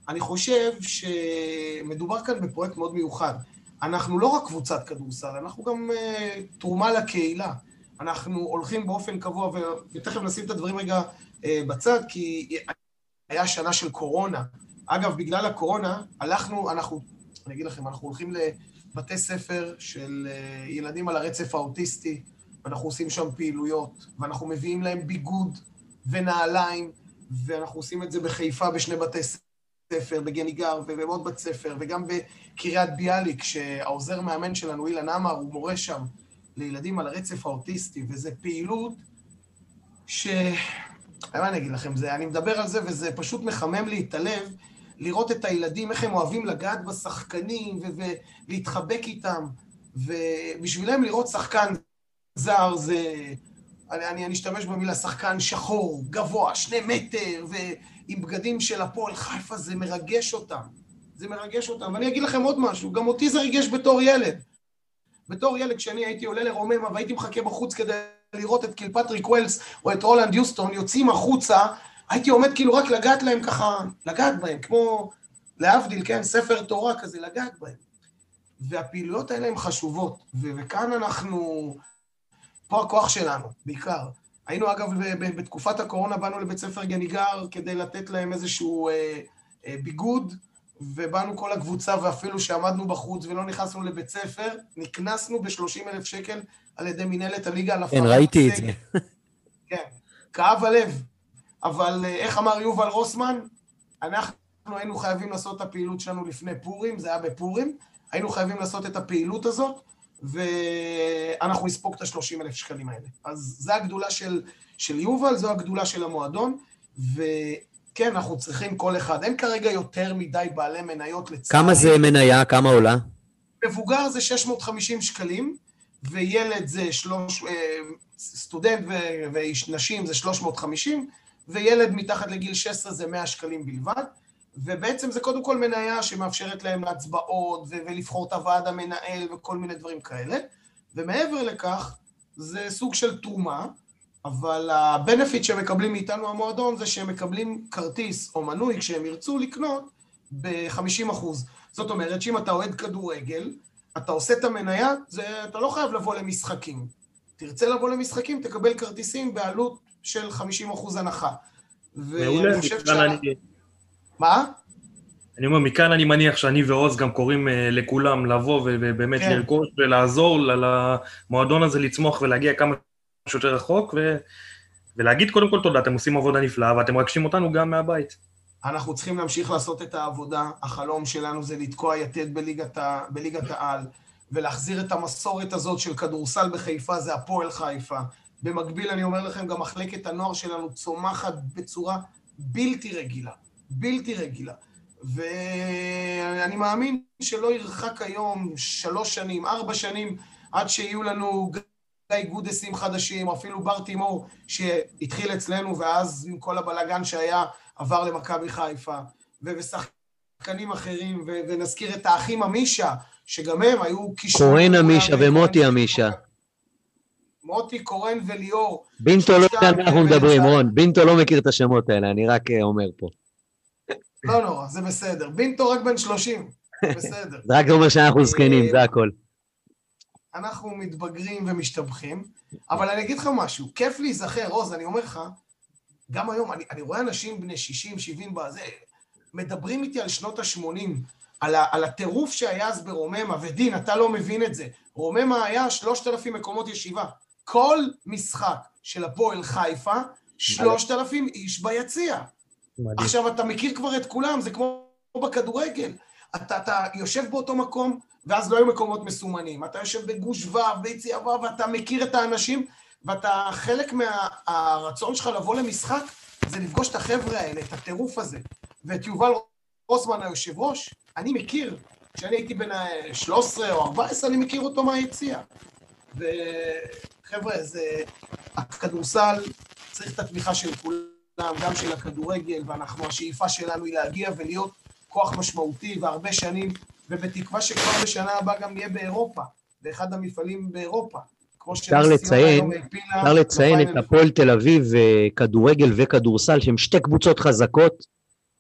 אני חושב שמדובר כאן בפרויקט מאוד מיוחד. אנחנו לא רק קבוצת כדורסל, אנחנו גם uh, תרומה לקהילה. אנחנו הולכים באופן קבוע, ותכף נשים את הדברים רגע uh, בצד, כי היה שנה של קורונה. אגב, בגלל הקורונה, הלכנו, אנחנו, אני אגיד לכם, אנחנו הולכים לבתי ספר של uh, ילדים על הרצף האוטיסטי, ואנחנו עושים שם פעילויות, ואנחנו מביאים להם ביגוד ונעליים, ואנחנו עושים את זה בחיפה בשני בתי ספר, בגניגר ובעוד בית ספר, וגם בקריית ביאליק, שהעוזר מאמן שלנו, אילן אמר, הוא מורה שם לילדים על הרצף האוטיסטי, וזה פעילות ש... מה אני אגיד לכם, זה, אני מדבר על זה, וזה פשוט מחמם לי את הלב, לראות את הילדים, איך הם אוהבים לגעת בשחקנים, ולהתחבק איתם, ובשבילם לראות שחקן זר, זה... אני, אני אשתמש במילה שחקן שחור, גבוה, שני מטר, ועם בגדים של הפועל חיפה, זה מרגש אותם. זה מרגש אותם. ואני אגיד לכם עוד משהו, גם אותי זה ריגש בתור ילד. בתור ילד, כשאני הייתי עולה לרוממה, והייתי מחכה בחוץ כדי לראות את קילפטריק ווילס, או את רולנד יוסטון, יוצאים החוצה, הייתי עומד כאילו רק לגעת להם ככה, לגעת בהם, כמו להבדיל, כן, ספר תורה כזה, לגעת בהם. והפעילויות האלה הן חשובות, ו- וכאן אנחנו... פה הכוח שלנו, בעיקר. היינו, אגב, בתקופת הקורונה, באנו לבית ספר גניגר כדי לתת להם איזשהו אה, אה, ביגוד, ובאנו כל הקבוצה, ואפילו שעמדנו בחוץ ולא נכנסנו לבית ספר, נכנסנו ב-שלושים אלף שקל על ידי מנהלת הליגה. כן, ראיתי את זה. כן, כאב הלב. אבל אה, איך אמר יובל רוסמן? אנחנו היינו חייבים לעשות את הפעילות שלנו לפני פורים, זה היה בפורים, היינו חייבים לעשות את הפעילות הזאת, ואנחנו נספוג את ה-שלושים אלף שקלים האלה. אז זו הגדולה של, של יובל, זו הגדולה של המועדון, וכן, אנחנו צריכים כל אחד. אין כרגע יותר מדי בעלי מניות לצערי. כמה זה מניה? כמה עולה? מבוגר זה שש מאות וחמישים שקלים, וילד זה שלוש... סטודנט ונשים זה שלוש מאות וחמישים, וילד מתחת לגיל שש עשרה זה מאה שקלים בלבד, ובעצם זה קודם כל מניה שמאפשרת להם להצבעות ו- ולבחור את הוועד המנהל וכל מיני דברים כאלה, ומעבר לכך זה סוג של תרומה, אבל הבנפיט שמקבלים מאיתנו המועדון זה שהם מקבלים כרטיס או מנוי כשהם ירצו לקנות ב-חמישים אחוז. זאת אומרת שאם אתה אוהד כדורגל, אתה עושה את המניה, זה, אתה לא חייב לבוא למשחקים. תרצה לבוא למשחקים, תקבל כרטיסים בעלות של חמישים אחוז הנחה. ואני חושב שה... מה? אני אומר, מכאן אני מניח שאני ועוז גם קוראים לכולם לבוא ובאמת כן. לרכוש ולעזור למועדון הזה לצמוח ולהגיע כמה שיותר רחוק, ו... ולהגיד קודם כל תודה, אתם עושים עבודה נפלאה ואתם מרגשים אותנו גם מהבית. אנחנו צריכים להמשיך לעשות את העבודה, החלום שלנו זה לתקוע יתד בליגת, ה... בליגת העל, ולהחזיר את המסורת הזאת של כדורסל בחיפה, זה הפועל חיפה. במקביל אני אומר לכם, גם מחלקת הנוער שלנו צומחת בצורה בלתי רגילה. בלתי רגילה, ואני מאמין שלא ירחק היום שלוש שנים, ארבע שנים, עד שיהיו לנו גיא גודסים חדשים, אפילו בר תימור שהתחיל אצלנו, ואז עם כל הבלגן שהיה עבר למכבי חיפה, ושחקנים אחרים, ו- ונזכיר את האחים אמישה, שגם הם היו קישורים. קורן אמישה ומוטי אמישה. מוטי, קורן וליאור. בינטו לא יודע מה אנחנו מדברים, רון, בינטו לא מכיר את השמות האלה, אני רק אומר פה. לא נורא, זה בסדר. בינטו רק בן שלושים, בסדר. זה רק אומר שאנחנו זקנים, זה הכל. אנחנו מתבגרים ומשתבחים, אבל אני אגיד לך משהו, כיף להיזכר, רוז, אני אומר לך, גם היום, אני, אני רואה אנשים בני שישים, שבעים בזה, מדברים איתי על שנות ה-שמונים, על, על הטירוף שהיה אז ברוממה, ודין, אתה לא מבין את זה, רוממה היה שלושת אלפים מקומות ישיבה, כל משחק של הפועל חיפה, שלושת אלפים איש ביציע. מדהים. עכשיו, אתה מכיר כבר את כולם, זה כמו בכדורגל. אתה, אתה יושב באותו מקום, ואז לא היו מקומות מסומנים. אתה יושב בגוש ו', ביציע ו', ואתה מכיר את האנשים, ואתה חלק מהרצון שלך לבוא למשחק, זה לפגוש את החבר'ה האלה, את הטירוף הזה. ואת יובל רוסמן היושב ראש, אני מכיר, כשאני הייתי בין שלוש עשרה או ארבע עשרה, אני מכיר אותו מהיציע. וחבר'ה, זה... הכדורסל צריך את התמיכה של כולם. גם של הכדורגל, ואנחנו, השאיפה שלנו היא להגיע ולהיות כוח משמעותי והרבה שנים, ובתקווה שכבר בשנה הבאה גם נהיה באירופה, באחד המפעלים באירופה. אפשר לציין, אפשר לציין את הפועל תל אביב, כדורגל וכדורסל, שהם שתי קבוצות חזקות,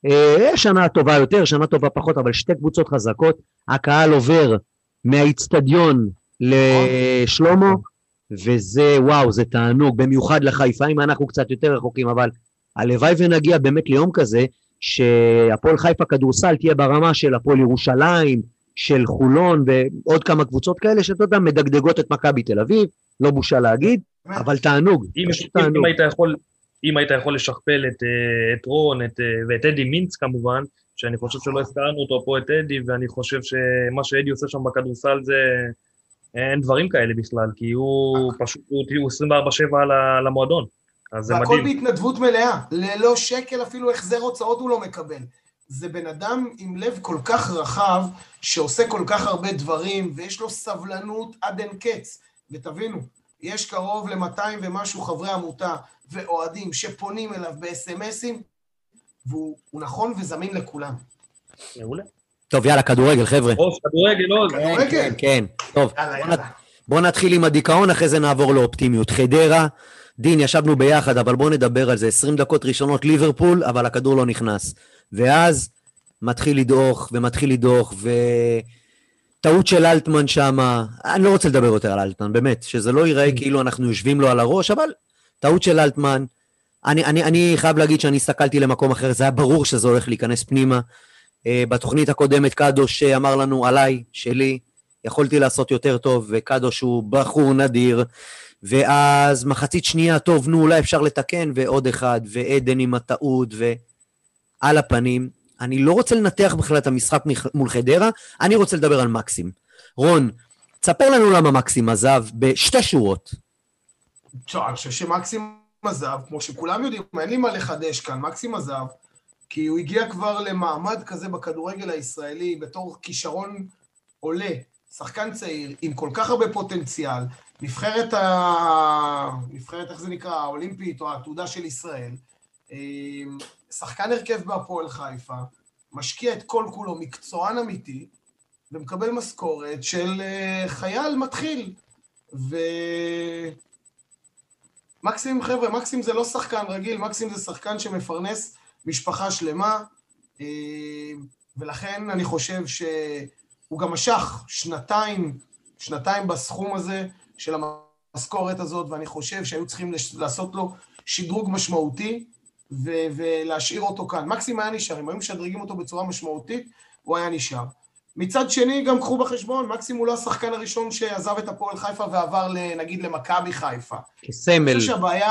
שנה טובה יותר, שנה טובה פחות, אבל שתי קבוצות חזקות, הקהל עובר מהאיצטדיון לשלמה, וזה, וואו, זה תענוג, במיוחד לחיפאים, אנחנו קצת יותר רחוקים, אבל הלוואי ונגיע באמת ליום כזה, שהפועל חיפה כדורסל תהיה ברמה של הפועל ירושלים, של חולון, ועוד כמה קבוצות כאלה, שאתה יודע, מדגדגות את מכבי תל אביב, לא בושה להגיד, אבל תענוג, אם, פשוט אם, תענוג. אם היית יכול, אם היית יכול לשכפל את, את רון, את, ואת אדי מינץ כמובן, שאני חושב שלא הזכרנו אותו פה את אדי, ואני חושב שמה שאדי עושה שם בכדורסל זה, אין דברים כאלה בכלל, כי הוא פשוט, הוא עשרים וארבע שבע למועדון, אז זה מדהים. והכל בהתנדבות מלאה, ללא שקל אפילו החזר הוצאות הוא לא מקבל. זה בן אדם עם לב כל כך רחב, שעושה כל כך הרבה דברים, ויש לו סבלנות עד אין קץ. ותבינו, יש קרוב ל-מאתיים ומשהו חברי עמותה, ואוהדים שפונים אליו ב-אס אם אסים, והוא נכון וזמין לכולם. מעולה. טוב, יאללה, כדורגל, חבר'ה. או, כדורגל, לא. כדורגל? כן, כן. טוב, יאללה, בוא, יאללה. בוא נתחיל עם הדיכאון, אחרי זה נעבור לאופטימיות. חדרה, דין, ישבנו ביחד, אבל בוא נדבר על זה. עשרים דקות ראשונות ליברפול, אבל הכדור לא נכנס. ואז מתחיל לדוח, ומתחיל לדוח, וטעות של אלטמן שם, אני לא רוצה לדבר יותר על אלטמן, באמת, שזה לא ייראה כאילו אנחנו יושבים לו על הראש, אבל טעות של אלטמן, אני, אני, אני חייב להגיד שאני הסתכלתי למקום אחר, זה היה ברור שזה הולך להיכנס פנימה, בתוכנית הקודמת קדוש אמר לנו עליי, שלי, יכולתי לעשות יותר טוב, וקדוש הוא בחור נדיר, ואז מחצית שנייה, טוב, נו, אולי אפשר לתקן, ועוד אחד, ועדן עם הטעות, ועל הפנים, אני לא רוצה לנתח בכלל את המשחק מול חדרה, אני רוצה לדבר על מקסים. רון, תספר לנו למה מקסים עזב בשתי שורות. אני חושב שמקסים עזב, כמו שכולם יודעים, אין לי מה לחדש כאן, מקסים עזב, כי הוא הגיע כבר למעמד כזה בכדורגל הישראלי, בתור כישרון עולה, שחקן צעיר, עם כל כך הרבה פוטנציאל, נבחרת, ה... נבחרת, איך זה נקרא, האולימפית או העתודה של ישראל, שחקן הרכב בהפועל חיפה, משקיע את כל כולו, מקצוען אמיתי, ומקבל משכורת של חייל מתחיל. ומקסים, חבר'ה, מקסים זה לא שחקן רגיל, מקסים זה שחקן שמפרנס משפחה שלמה, ולכן אני חושב שהוא גם משך שנתיים, שנתיים בסכום הזה של המשכורת הזאת, ואני חושב שהיו צריכים לעשות לו שדרוג משמעותי, ו- ולהשאיר אותו כאן. מקסים היה נשאר, אם היו משדרגים אותו בצורה משמעותית, הוא היה נשאר. מצד שני, גם קחו בחשבון, מקסים הוא לא השחקן הראשון שעזב את הפועל חיפה ועבר, נגיד, למכבי חיפה. כסמל. אני חושב שהבעיה...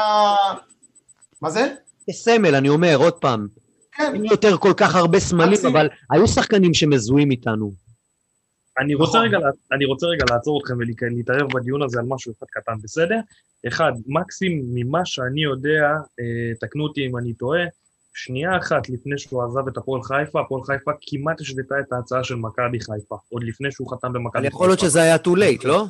מה זה? כסמל, אני אומר, עוד פעם. כן. אין יותר כל כך הרבה סמלים, מקסים... אבל היו שחקנים שמזוהים איתנו. אני רוצה, רגע, אני רוצה רגע לעצור אתכם ולהתערב בדיון הזה על משהו אחד קטן, בסדר? אחד, מקסים, ממה שאני יודע, תקנו אותי אם אני טועה, שנייה אחת לפני שהוא עזב את הפועל חיפה, הפועל חיפה כמעט השוותה את ההצעה של מכבי חיפה, עוד לפני שהוא חתם במכבי חיפה. יכול להיות שזה היה too late, לא?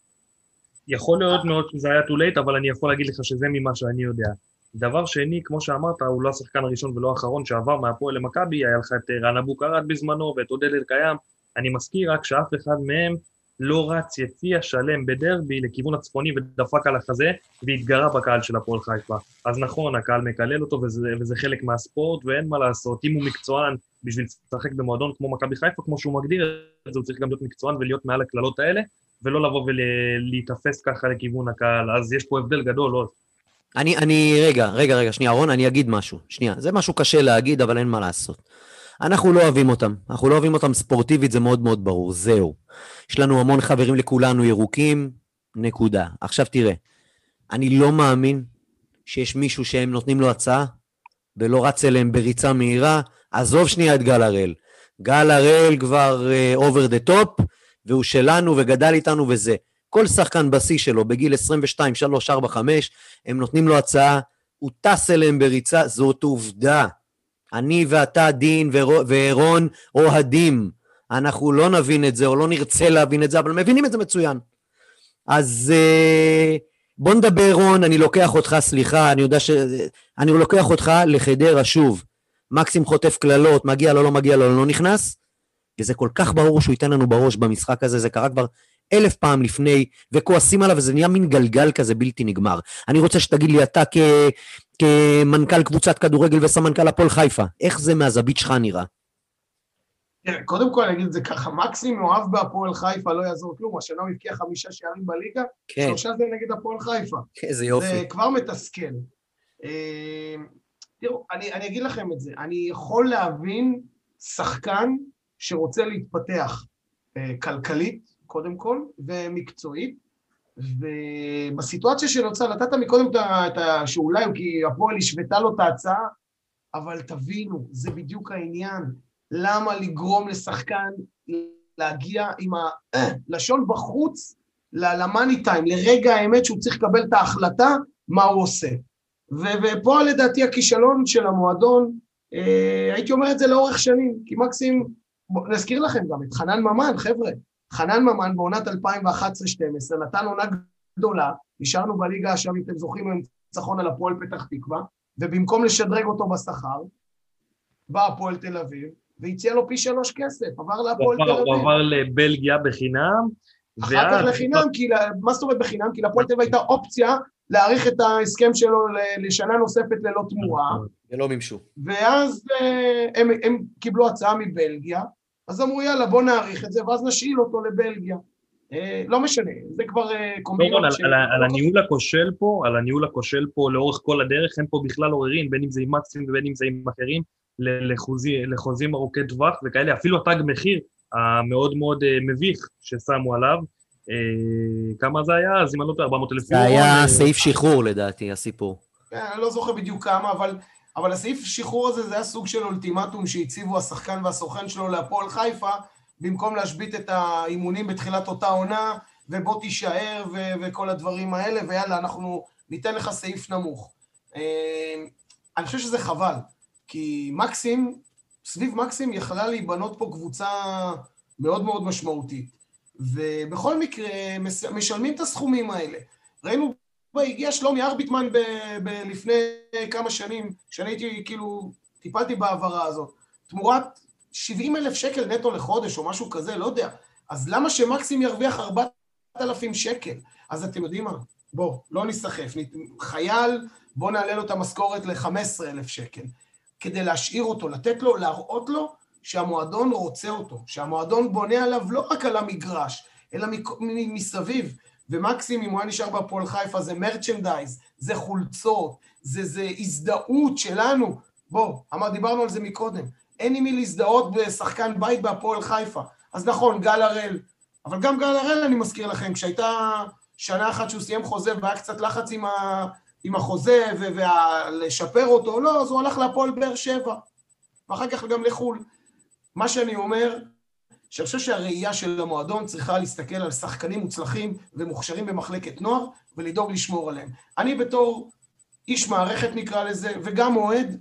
יכול להיות מאוד שזה היה too late, אבל אני יכול להגיד לך שזה ממה שאני יודע. דבר שני, כמו שאמרת, הוא לא השחקן הראשון ולא האחרון שעבר מהפועל למכבי, היה לך את רן אבוקרט בזמנו ואת עודד אלקיים. אני מזכיר רק שאף אחד מהם לא רץ יציע שלם בדרבי לכיוון הצפוני ודפק על החזה והתגרה בקהל של הפועל חיפה. אז נכון, הקהל מקלל אותו וזה, וזה חלק מהספורט ואין מה לעשות. אם הוא מקצוען בשביל לשחק במועדון כמו מכבי חיפה, כמו שהוא מגדיר את זה, הוא צריך גם להיות מקצוען ולהיות מעל הכללות האלה, ולא לבוא ולהתאפס ככה לכיוון הקהל. אז יש פה הבדל גדול, לא? אני, אני, רגע, רגע, רגע, שנייה, רון, אני אגיד משהו. שנייה, זה משהו קשה להגיד, אבל אין מה לעשות. אנחנו לא אוהבים אותם, אנחנו לא אוהבים אותם ספורטיבית, זה מאוד מאוד ברור, זהו. יש לנו המון חברים לכולנו ירוקים, נקודה. עכשיו תראה, אני לא מאמין שיש מישהו שהם נותנים לו הצעה, ולא רץ אליהם בריצה מהירה, עזוב שנייה את גל הראל. גל הראל כבר uh, over the top, והוא שלנו וגדל איתנו וזה. כל שחקן בשיא שלו, בגיל עשרים ושתיים, שלוש, ארבע, חמש, הם נותנים לו הצעה, הוא טס אליהם בריצה, זאת עובדה. אני ואתה, דין ורון, אוהדים. אנחנו לא נבין את זה, או לא נרצה להבין את זה, אבל מבינים את זה מצוין. אז בוא נדבר, רון, אני לוקח אותך, סליחה, אני יודע ש... אני לוקח אותך לחדרה שוב. מקסים חוטף כללות, מגיע לו, לא מגיע לו, לא נכנס, וזה כל כך ברור שהוא ייתן לנו בראש במשחק הזה, זה קרה כבר אלף פעם לפני, וכועסים עליו, וזה נהיה מין גלגל כזה בלתי נגמר. אני רוצה שתגיד לי, אתה כ... כמנכ"ל קבוצת כדורגל וסמנכ"ל הפועל חיפה? איך זה מהזווית שלך נראה? קודם כל, אני אגיד את זה ככה, מקסים מאוהב בהפועל חיפה, לא יעזור כלום, השנה הוא הבקיע חמישה שערים בליגה, כן. שלושה זה נגד הפועל חיפה. איזה יופי. זה כבר מתסכל. תראו, אני, אני אגיד לכם את זה, אני יכול להבין שחקן שרוצה להתפתח כלכלית, קודם כל, ומקצועית, ובסיטואציה שנוצרה, נתת מקודם את ה... שאולי הוא כי הפועל השוותה לו את ההצעה, אבל תבינו, זה בדיוק העניין. למה לגרום לשחקן להגיע עם הלשון בחוץ למאני טיים, לרגע האמת שהוא צריך לקבל את ההחלטה, מה הוא עושה. ופה לדעתי הכישלון של המועדון, הייתי אומר את זה לאורך שנים, כי מקסים, נזכיר לכם גם את חנן ממן, חבר'ה, חנן ממן בעונת אלפיים ואחת עשרה שתים עשרה, נתן עונה גדולה, נשארנו בליגה עכשיו, אם אתם זוכרים, עם ניצחון על הפועל פתח תקווה, ובמקום לשדרג אותו בשכר, בא הפועל תל אביב, והציע לו פי שלוש כסף, עבר להפועל תל אביב. הוא עבר לבלגיה בחינם. אחר כך לחינם, כי, מה זאת אומרת בחינם? כי להפועל תל אביב הייתה אופציה להאריך את ההסכם שלו לשנה נוספת ללא תמורה. ולא מימשו. ואז הם, הם קיבלו הצעה מבלגיה, אז אמרו יאללה בוא נאריך את זה, ואז נשאיל אותו לבלגיה. לא משנה, זה כבר קומבינות. על, על, על הניהול הכושל פה, על הניהול הכושל פה לאורך כל הדרך, אין פה בכלל עוררין, בין אם זה עם מקסים ובין אם זה עם אחרים, לחוזי, לחוזים ארוכי טווח וכאלה, אפילו התג מחיר המאוד מאוד מביך ששמו עליו, כמה זה היה? אז אם אני לא יודע, ארבע מאות אלף זה היה סעיף שחרור לדעתי, הסיפור. אני לא זוכר בדיוק כמה, אבל, אבל הסעיף שחרור הזה, זה היה סוג של אולטימטום שהציבו השחקן והסוכן שלו להפועל חיפה, במקום להשבית את האימונים בתחילת אותה עונה, ובוא תישאר ו- וכל הדברים האלה, ויאללה, אנחנו ניתן לך סעיף נמוך. אני חושב שזה חבל, כי מקסים, סביב מקסים יכלה להיבנות פה קבוצה מאוד מאוד משמעותית, ובכל מקרה משלמים את הסכומים האלה. ראינו, הגיע שלומי ארביטמן ב- ב- לפני כמה שנים, שאני הייתי כאילו, טיפלתי בעברה הזאת, תמורת שבעים אלף שקל נטו לחודש או משהו כזה, לא יודע. אז למה שמקסים ירוויח ארבעת אלפים שקל? אז אתם יודעים מה? בוא, לא נסחף. חייל, בוא נעלה לו את המשכורת ל-חמישה עשר אלף שקל. כדי להשאיר אותו, לתת לו, להראות לו שהמועדון רוצה אותו, שהמועדון בונה עליו לא רק על המגרש, אלא מסביב. ומקסים, אם הוא היה נשאר בהפועל חיפה, זה מרצ'נדייז, זה חולצות, זה, זה הזדהות שלנו. בוא, אמר, דיברנו על זה מקודם. אין עם מי להזדהות בשחקן בית בהפועל חיפה. אז נכון, גל הראל. אבל גם גל הראל, אני מזכיר לכם, כשהייתה שנה אחת שהוא סיים חוזה, והיה קצת לחץ עם, ה, עם החוזה, ולשפר אותו, לא, אז הוא הלך להפועל באר שבע. ואחר כך גם לחול. מה שאני אומר, שאני חושב שהראייה של המועדון צריכה להסתכל על שחקנים מוצלחים ומוכשרים במחלקת נוער, ולדאוג לשמור עליהם. אני בתור איש מערכת נקרא לזה, וגם אוהד,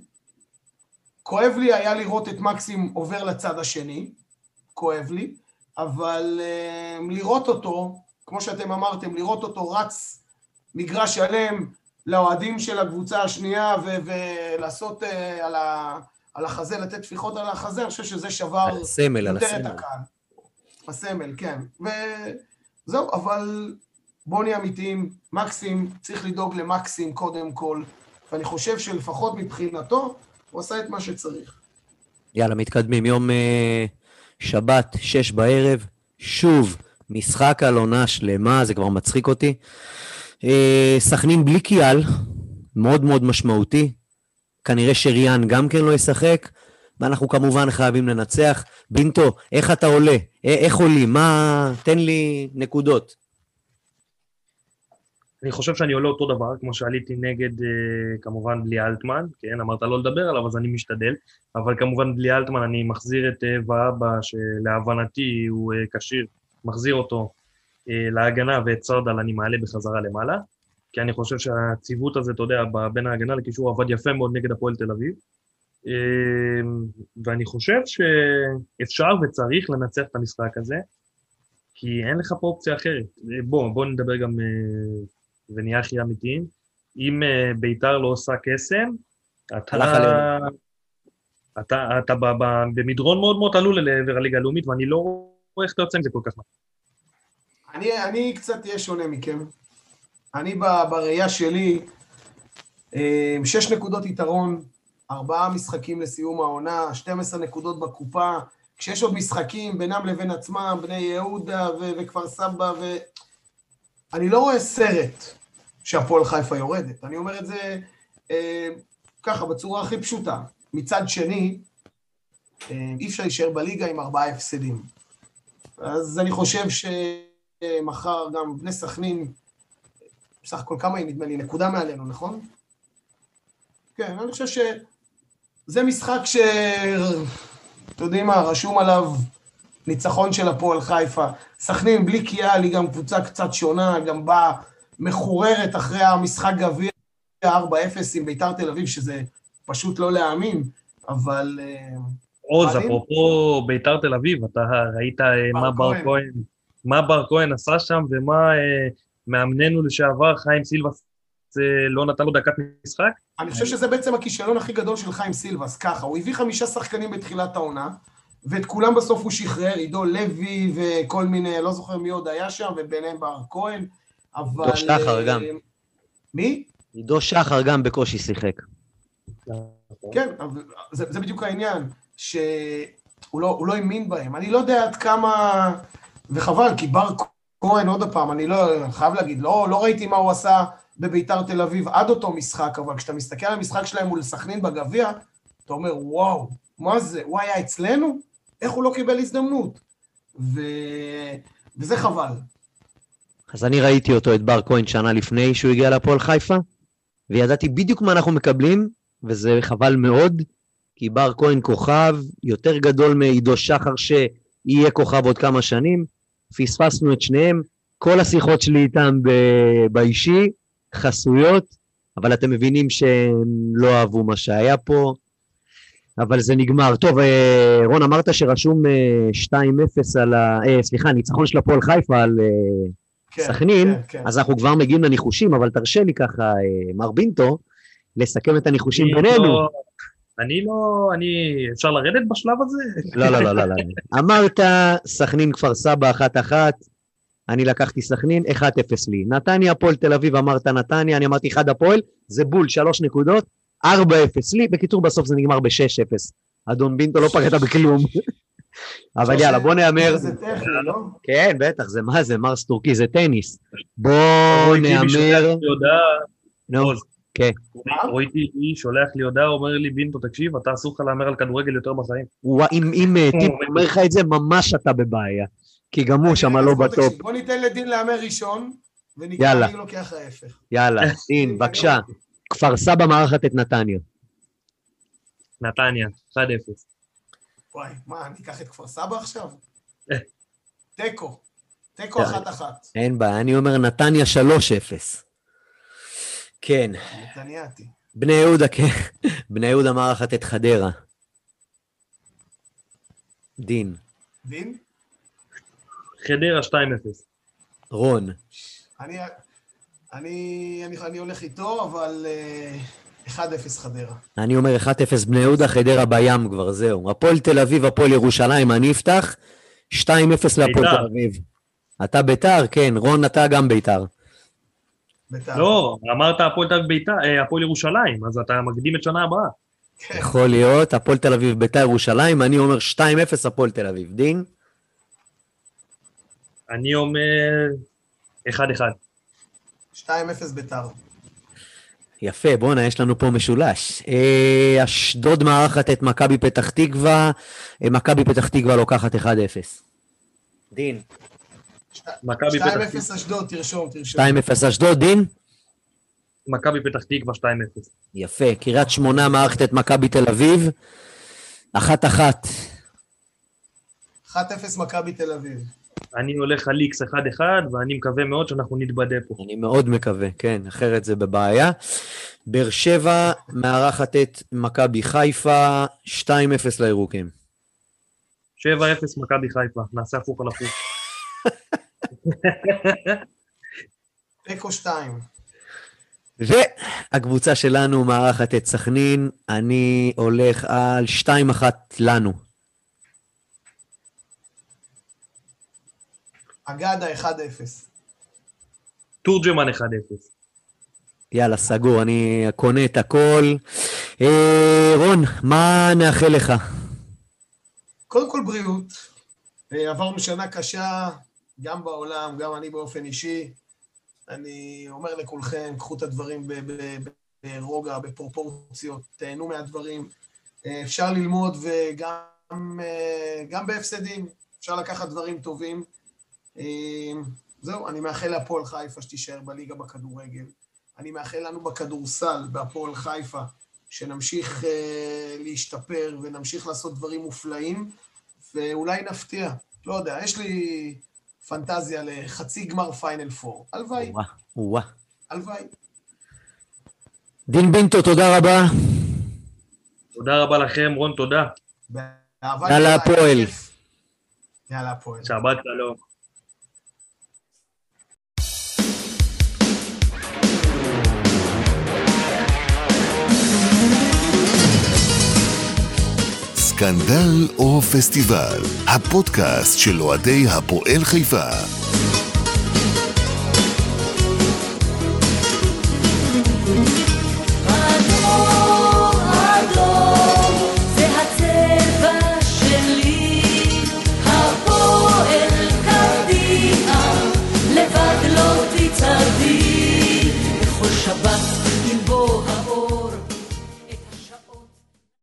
כואב לי היה לראות את מקסים עובר לצד השני, כואב לי, אבל uh, לראות אותו, כמו שאתם אמרתם, לראות אותו רץ מגרש שלם לאוהדים של הקבוצה השנייה, ו- ולעשות uh, על, ה- על החזה, לתת תפיחות על החזה, אני חושב שזה שבר הסמל, על יותר את הסמל. הקהל. הסמל, כן. וזהו, אבל בוא נהיה אמיתיים, מקסים, צריך לדאוג למקסים קודם כל, ואני חושב שלפחות מבחינתו, הוא עשה את מה שצריך. יאללה, מתקדמים. יום אה, שבת, שש בערב, שוב, משחק על עונה שלמה, זה כבר מצחיק אותי. אה, סכנין בלי קיאל, מאוד מאוד משמעותי. כנראה שריאן גם כן לא ישחק, ואנחנו כמובן חייבים לנצח. בינטו, איך אתה עולה? איך עולים? מה? תן לי נקודות. אני חושב שאני עולה אותו דבר, כמו שעליתי נגד, כמובן, בלי אלטמן, כן, אמרת לא לדבר עליו, אז אני משתדל, אבל כמובן בלי אלטמן אני מחזיר את ואבא, שלהבנתי הוא קשיר, מחזיר אותו להגנה, ואת סרדל אני מעלה בחזרה למעלה, כי אני חושב שהציוות הזה, אתה יודע, בין ההגנה לקישור עבד יפה מאוד נגד הפועל תל אביב, ואני חושב שאפשר וצריך לנצח את המשחק הזה, כי אין לך פה אופציה אחרת. בוא, בוא נדבר גם... ונהיה הכי אמיתיים, אם uh, ביתר לא עושה קסם, אתה, אתה, אתה ב, ב, במדרון מאוד מאוד עלול לעבר הליגה הלאומית, ואני לא רואה איך אתה יוצא עם זה כל כך מה. אני, אני קצת אהיה שונה מכם. אני ב, בראייה שלי, uh, שש נקודות יתרון, ארבעה משחקים לסיום העונה, שתים עשרה נקודות בקופה, כשיש עוד משחקים בינם לבין עצמם, בני יהודה ו- וכפר סבא, ו... אני לא רואה סרט שהפועל חיפה יורדת. אני אומר את זה אה, ככה, בצורה הכי פשוטה. מצד שני, אה, אי אפשר להישאר בליגה עם ארבעה הפסדים. אז אני חושב שמחר גם בני סכנין, בסך הכל כמה היא נדמה לי, נקודה מעלינו, נכון? כן, אני חושב שזה משחק ש... אתם יודעים מה, רשום עליו ניצחון של הפועל חיפה. סכנין בלי קיאל היא גם קבוצה קצת שונה, גם באה מחוררת אחרי המשחק גביע ארבע אפס עם ביתר תל אביב, שזה פשוט לא להאמין, אבל... עוז, אפרופו ביתר תל אביב, אתה ראית מה בר כהן, מה בר כהן עשה שם, ומה מאמננו לשעבר, חיים סילבס, לא נתן לו דקת משחק? אני חושב שזה בעצם הכישלון הכי גדול של חיים סילבס, ככה, הוא הביא חמישה שחקנים בתחילת העונה, ואת כולם בסוף הוא שחרר, עידו לוי וכל מיני, לא זוכר מי עוד היה שם, וביניהם בר כהן, אבל... עידו שחר גם. מי? עידו שחר גם בקושי שיחק. כן, אבל זה, זה בדיוק העניין, שהוא לא, הוא לא האמין בהם. אני לא יודע עד כמה, וחבל, כי בר כהן עוד הפעם, אני לא חייב להגיד, לא, לא ראיתי מה הוא עשה בביתר תל אביב עד אותו משחק, אבל כשאתה מסתכל על המשחק שלהם מול סכנין בגביע, אתה אומר, וואו, מה זה? הוא היה אצלנו? איך הוא לא קיבל הזדמנות? ו... וזה חבל. אז אני ראיתי אותו, את בר כהן, שנה לפני שהוא הגיע לפועל חיפה, וידעתי בדיוק מה אנחנו מקבלים, וזה חבל מאוד, כי בר כהן כוכב יותר גדול מעידו שחר שיהיה כוכב עוד כמה שנים, פספסנו את שניהם, כל השיחות שלי איתם ב- באישי, חסויות, אבל אתם מבינים שהם לא אהבו מה שהיה פה, אבל זה נגמר. טוב, רון, אמרת שרשום שתיים אפס על ה... סליחה, ניצחון של הפועל חיפה על כן, סכנין, כן, כן. אז אנחנו כבר מגיעים לניחושים, אבל תרשה לי ככה, מר בינטו, לסכם את הניחושים בינינו. לא, אני לא, אני, אפשר לרדת בשלב הזה? לא, לא, לא, לא, לא. אמרת, סכנין כפר סבא אחת אחת, אני לקחתי סכנין, אחת אפס לי. נתניה, הפועל תל אביב, אמרת נתניה, אני אמרתי אחד הפועל, זה בול, שלוש נקודות, ארבע אפס לי, בקיצור בסוף זה נגמר ב-שש אפס. אדון בינטו לא פגעת בכלום. אבל יאללה, בוא נאמר... זה טכני, לא? כן, בטח, זה מה זה, מרס טורקי, זה טניס. בוא נאמר... נו, כן. רואי טיבי שולח לי הודעה, אומר לי, בינטו, תקשיב, אתה אסור לך לאמר על כדורגל יותר בחיים. אם טיבי אומר לך את זה, ממש אתה בבעיה. כי גם הוא שם לא בטופ. בוא ניתן לדין לאמר ראשון, ונקרא לי לוקח ההפך. יאללה, דין, בבקשה. כפר סבא מארחת את נתניה. נתניה, אחד אפס. וואי, מה, אני אקח את כפר סבא עכשיו? טקו, טקו אחת אחת. אין בעיה, אני אומר נתניה שלוש אפס. כן. נתניאתי. בני יהודה, כן. בני יהודה מארחת את חדרה. דין. דין? חדרה שתיים אפס. רון. אני, אני, אני, אני הולך איתו, אבל uh, אחד אפס חדרה. אני אומר אחד אפס בני יהודה, חדרה בים כבר, זהו. הפועל תל אביב, הפועל ירושלים, אני אפתח, שתיים אפס להפועל תל אביב. אתה ביתר? כן. רון, אתה גם ביתר. ביתר. לא, אמרת הפועל תל אביב ביתר, הפועל ירושלים, אז אתה מקדים את שנה הבאה. יכול להיות, הפועל תל אביב, ביתר ירושלים, אני אומר שתיים אפס הפועל תל אביב. דין? אני אומר אחד אחד. שתיים אפס ביתר. יפה, בוא'נה, יש לנו פה משולש. אשדוד מארחת את מכבי פתח תקווה, מכבי פתח תקווה לוקחת אחד אפס. דין. שתיים אפס אשדוד, תרשום, תרשום. שתיים אפס אשדוד, דין? מכבי פתח תקווה שתיים אפס. יפה, קריית שמונה מארחת את מכבי תל אביב, אחת אחת. אחת אפס מכבי תל אביב. אני הולך על איקס אחד אחד, ואני מקווה מאוד שאנחנו נתבדה פה. אני מאוד מקווה, כן, אחרת זה בבעיה. באר שבע מארחת את מכבי חיפה, שתיים אפס לירוקים. שבע אפס מכבי חיפה, נעשה הפוך על הפוך. תיקו שתיים. והקבוצה שלנו מארחת את סכנין, אני הולך על שתיים אחת לנו. אגדה אחד אפס. תורג'מן אחד אפס. יאללה, סגור, אני קונה את הכל. אה, רון, מה נאחל לך? קודם כל בריאות. אה, עברנו שנה קשה, גם בעולם, גם אני באופן אישי. אני אומר לכולכם, קחו את הדברים ברוגע, בפרופורציות, תהנו מהדברים. אה, אפשר ללמוד וגם אה, גם בהפסדים, אפשר לקחת דברים טובים. אה, זהו, אני מאחל להפועל חיפה שתישאר בליגה בכדורגל. אני מאחל לנו בכדורסל, בהפועל חיפה, שנמשיך uh, להשתפר ונמשיך לעשות דברים מופלאים, ואולי נפתיע. לא יודע, יש לי פנטזיה לחצי גמר פיינל פור. הלוואי. וואה, וואה. הלוואי. דין בינטו, תודה רבה. תודה רבה לכם, רון, תודה. יאללה הפועל. יאללה הפועל. שבת שלום. סקנדל או פסטיבל, הפודקאסט של אוהדי הפועל חיפה.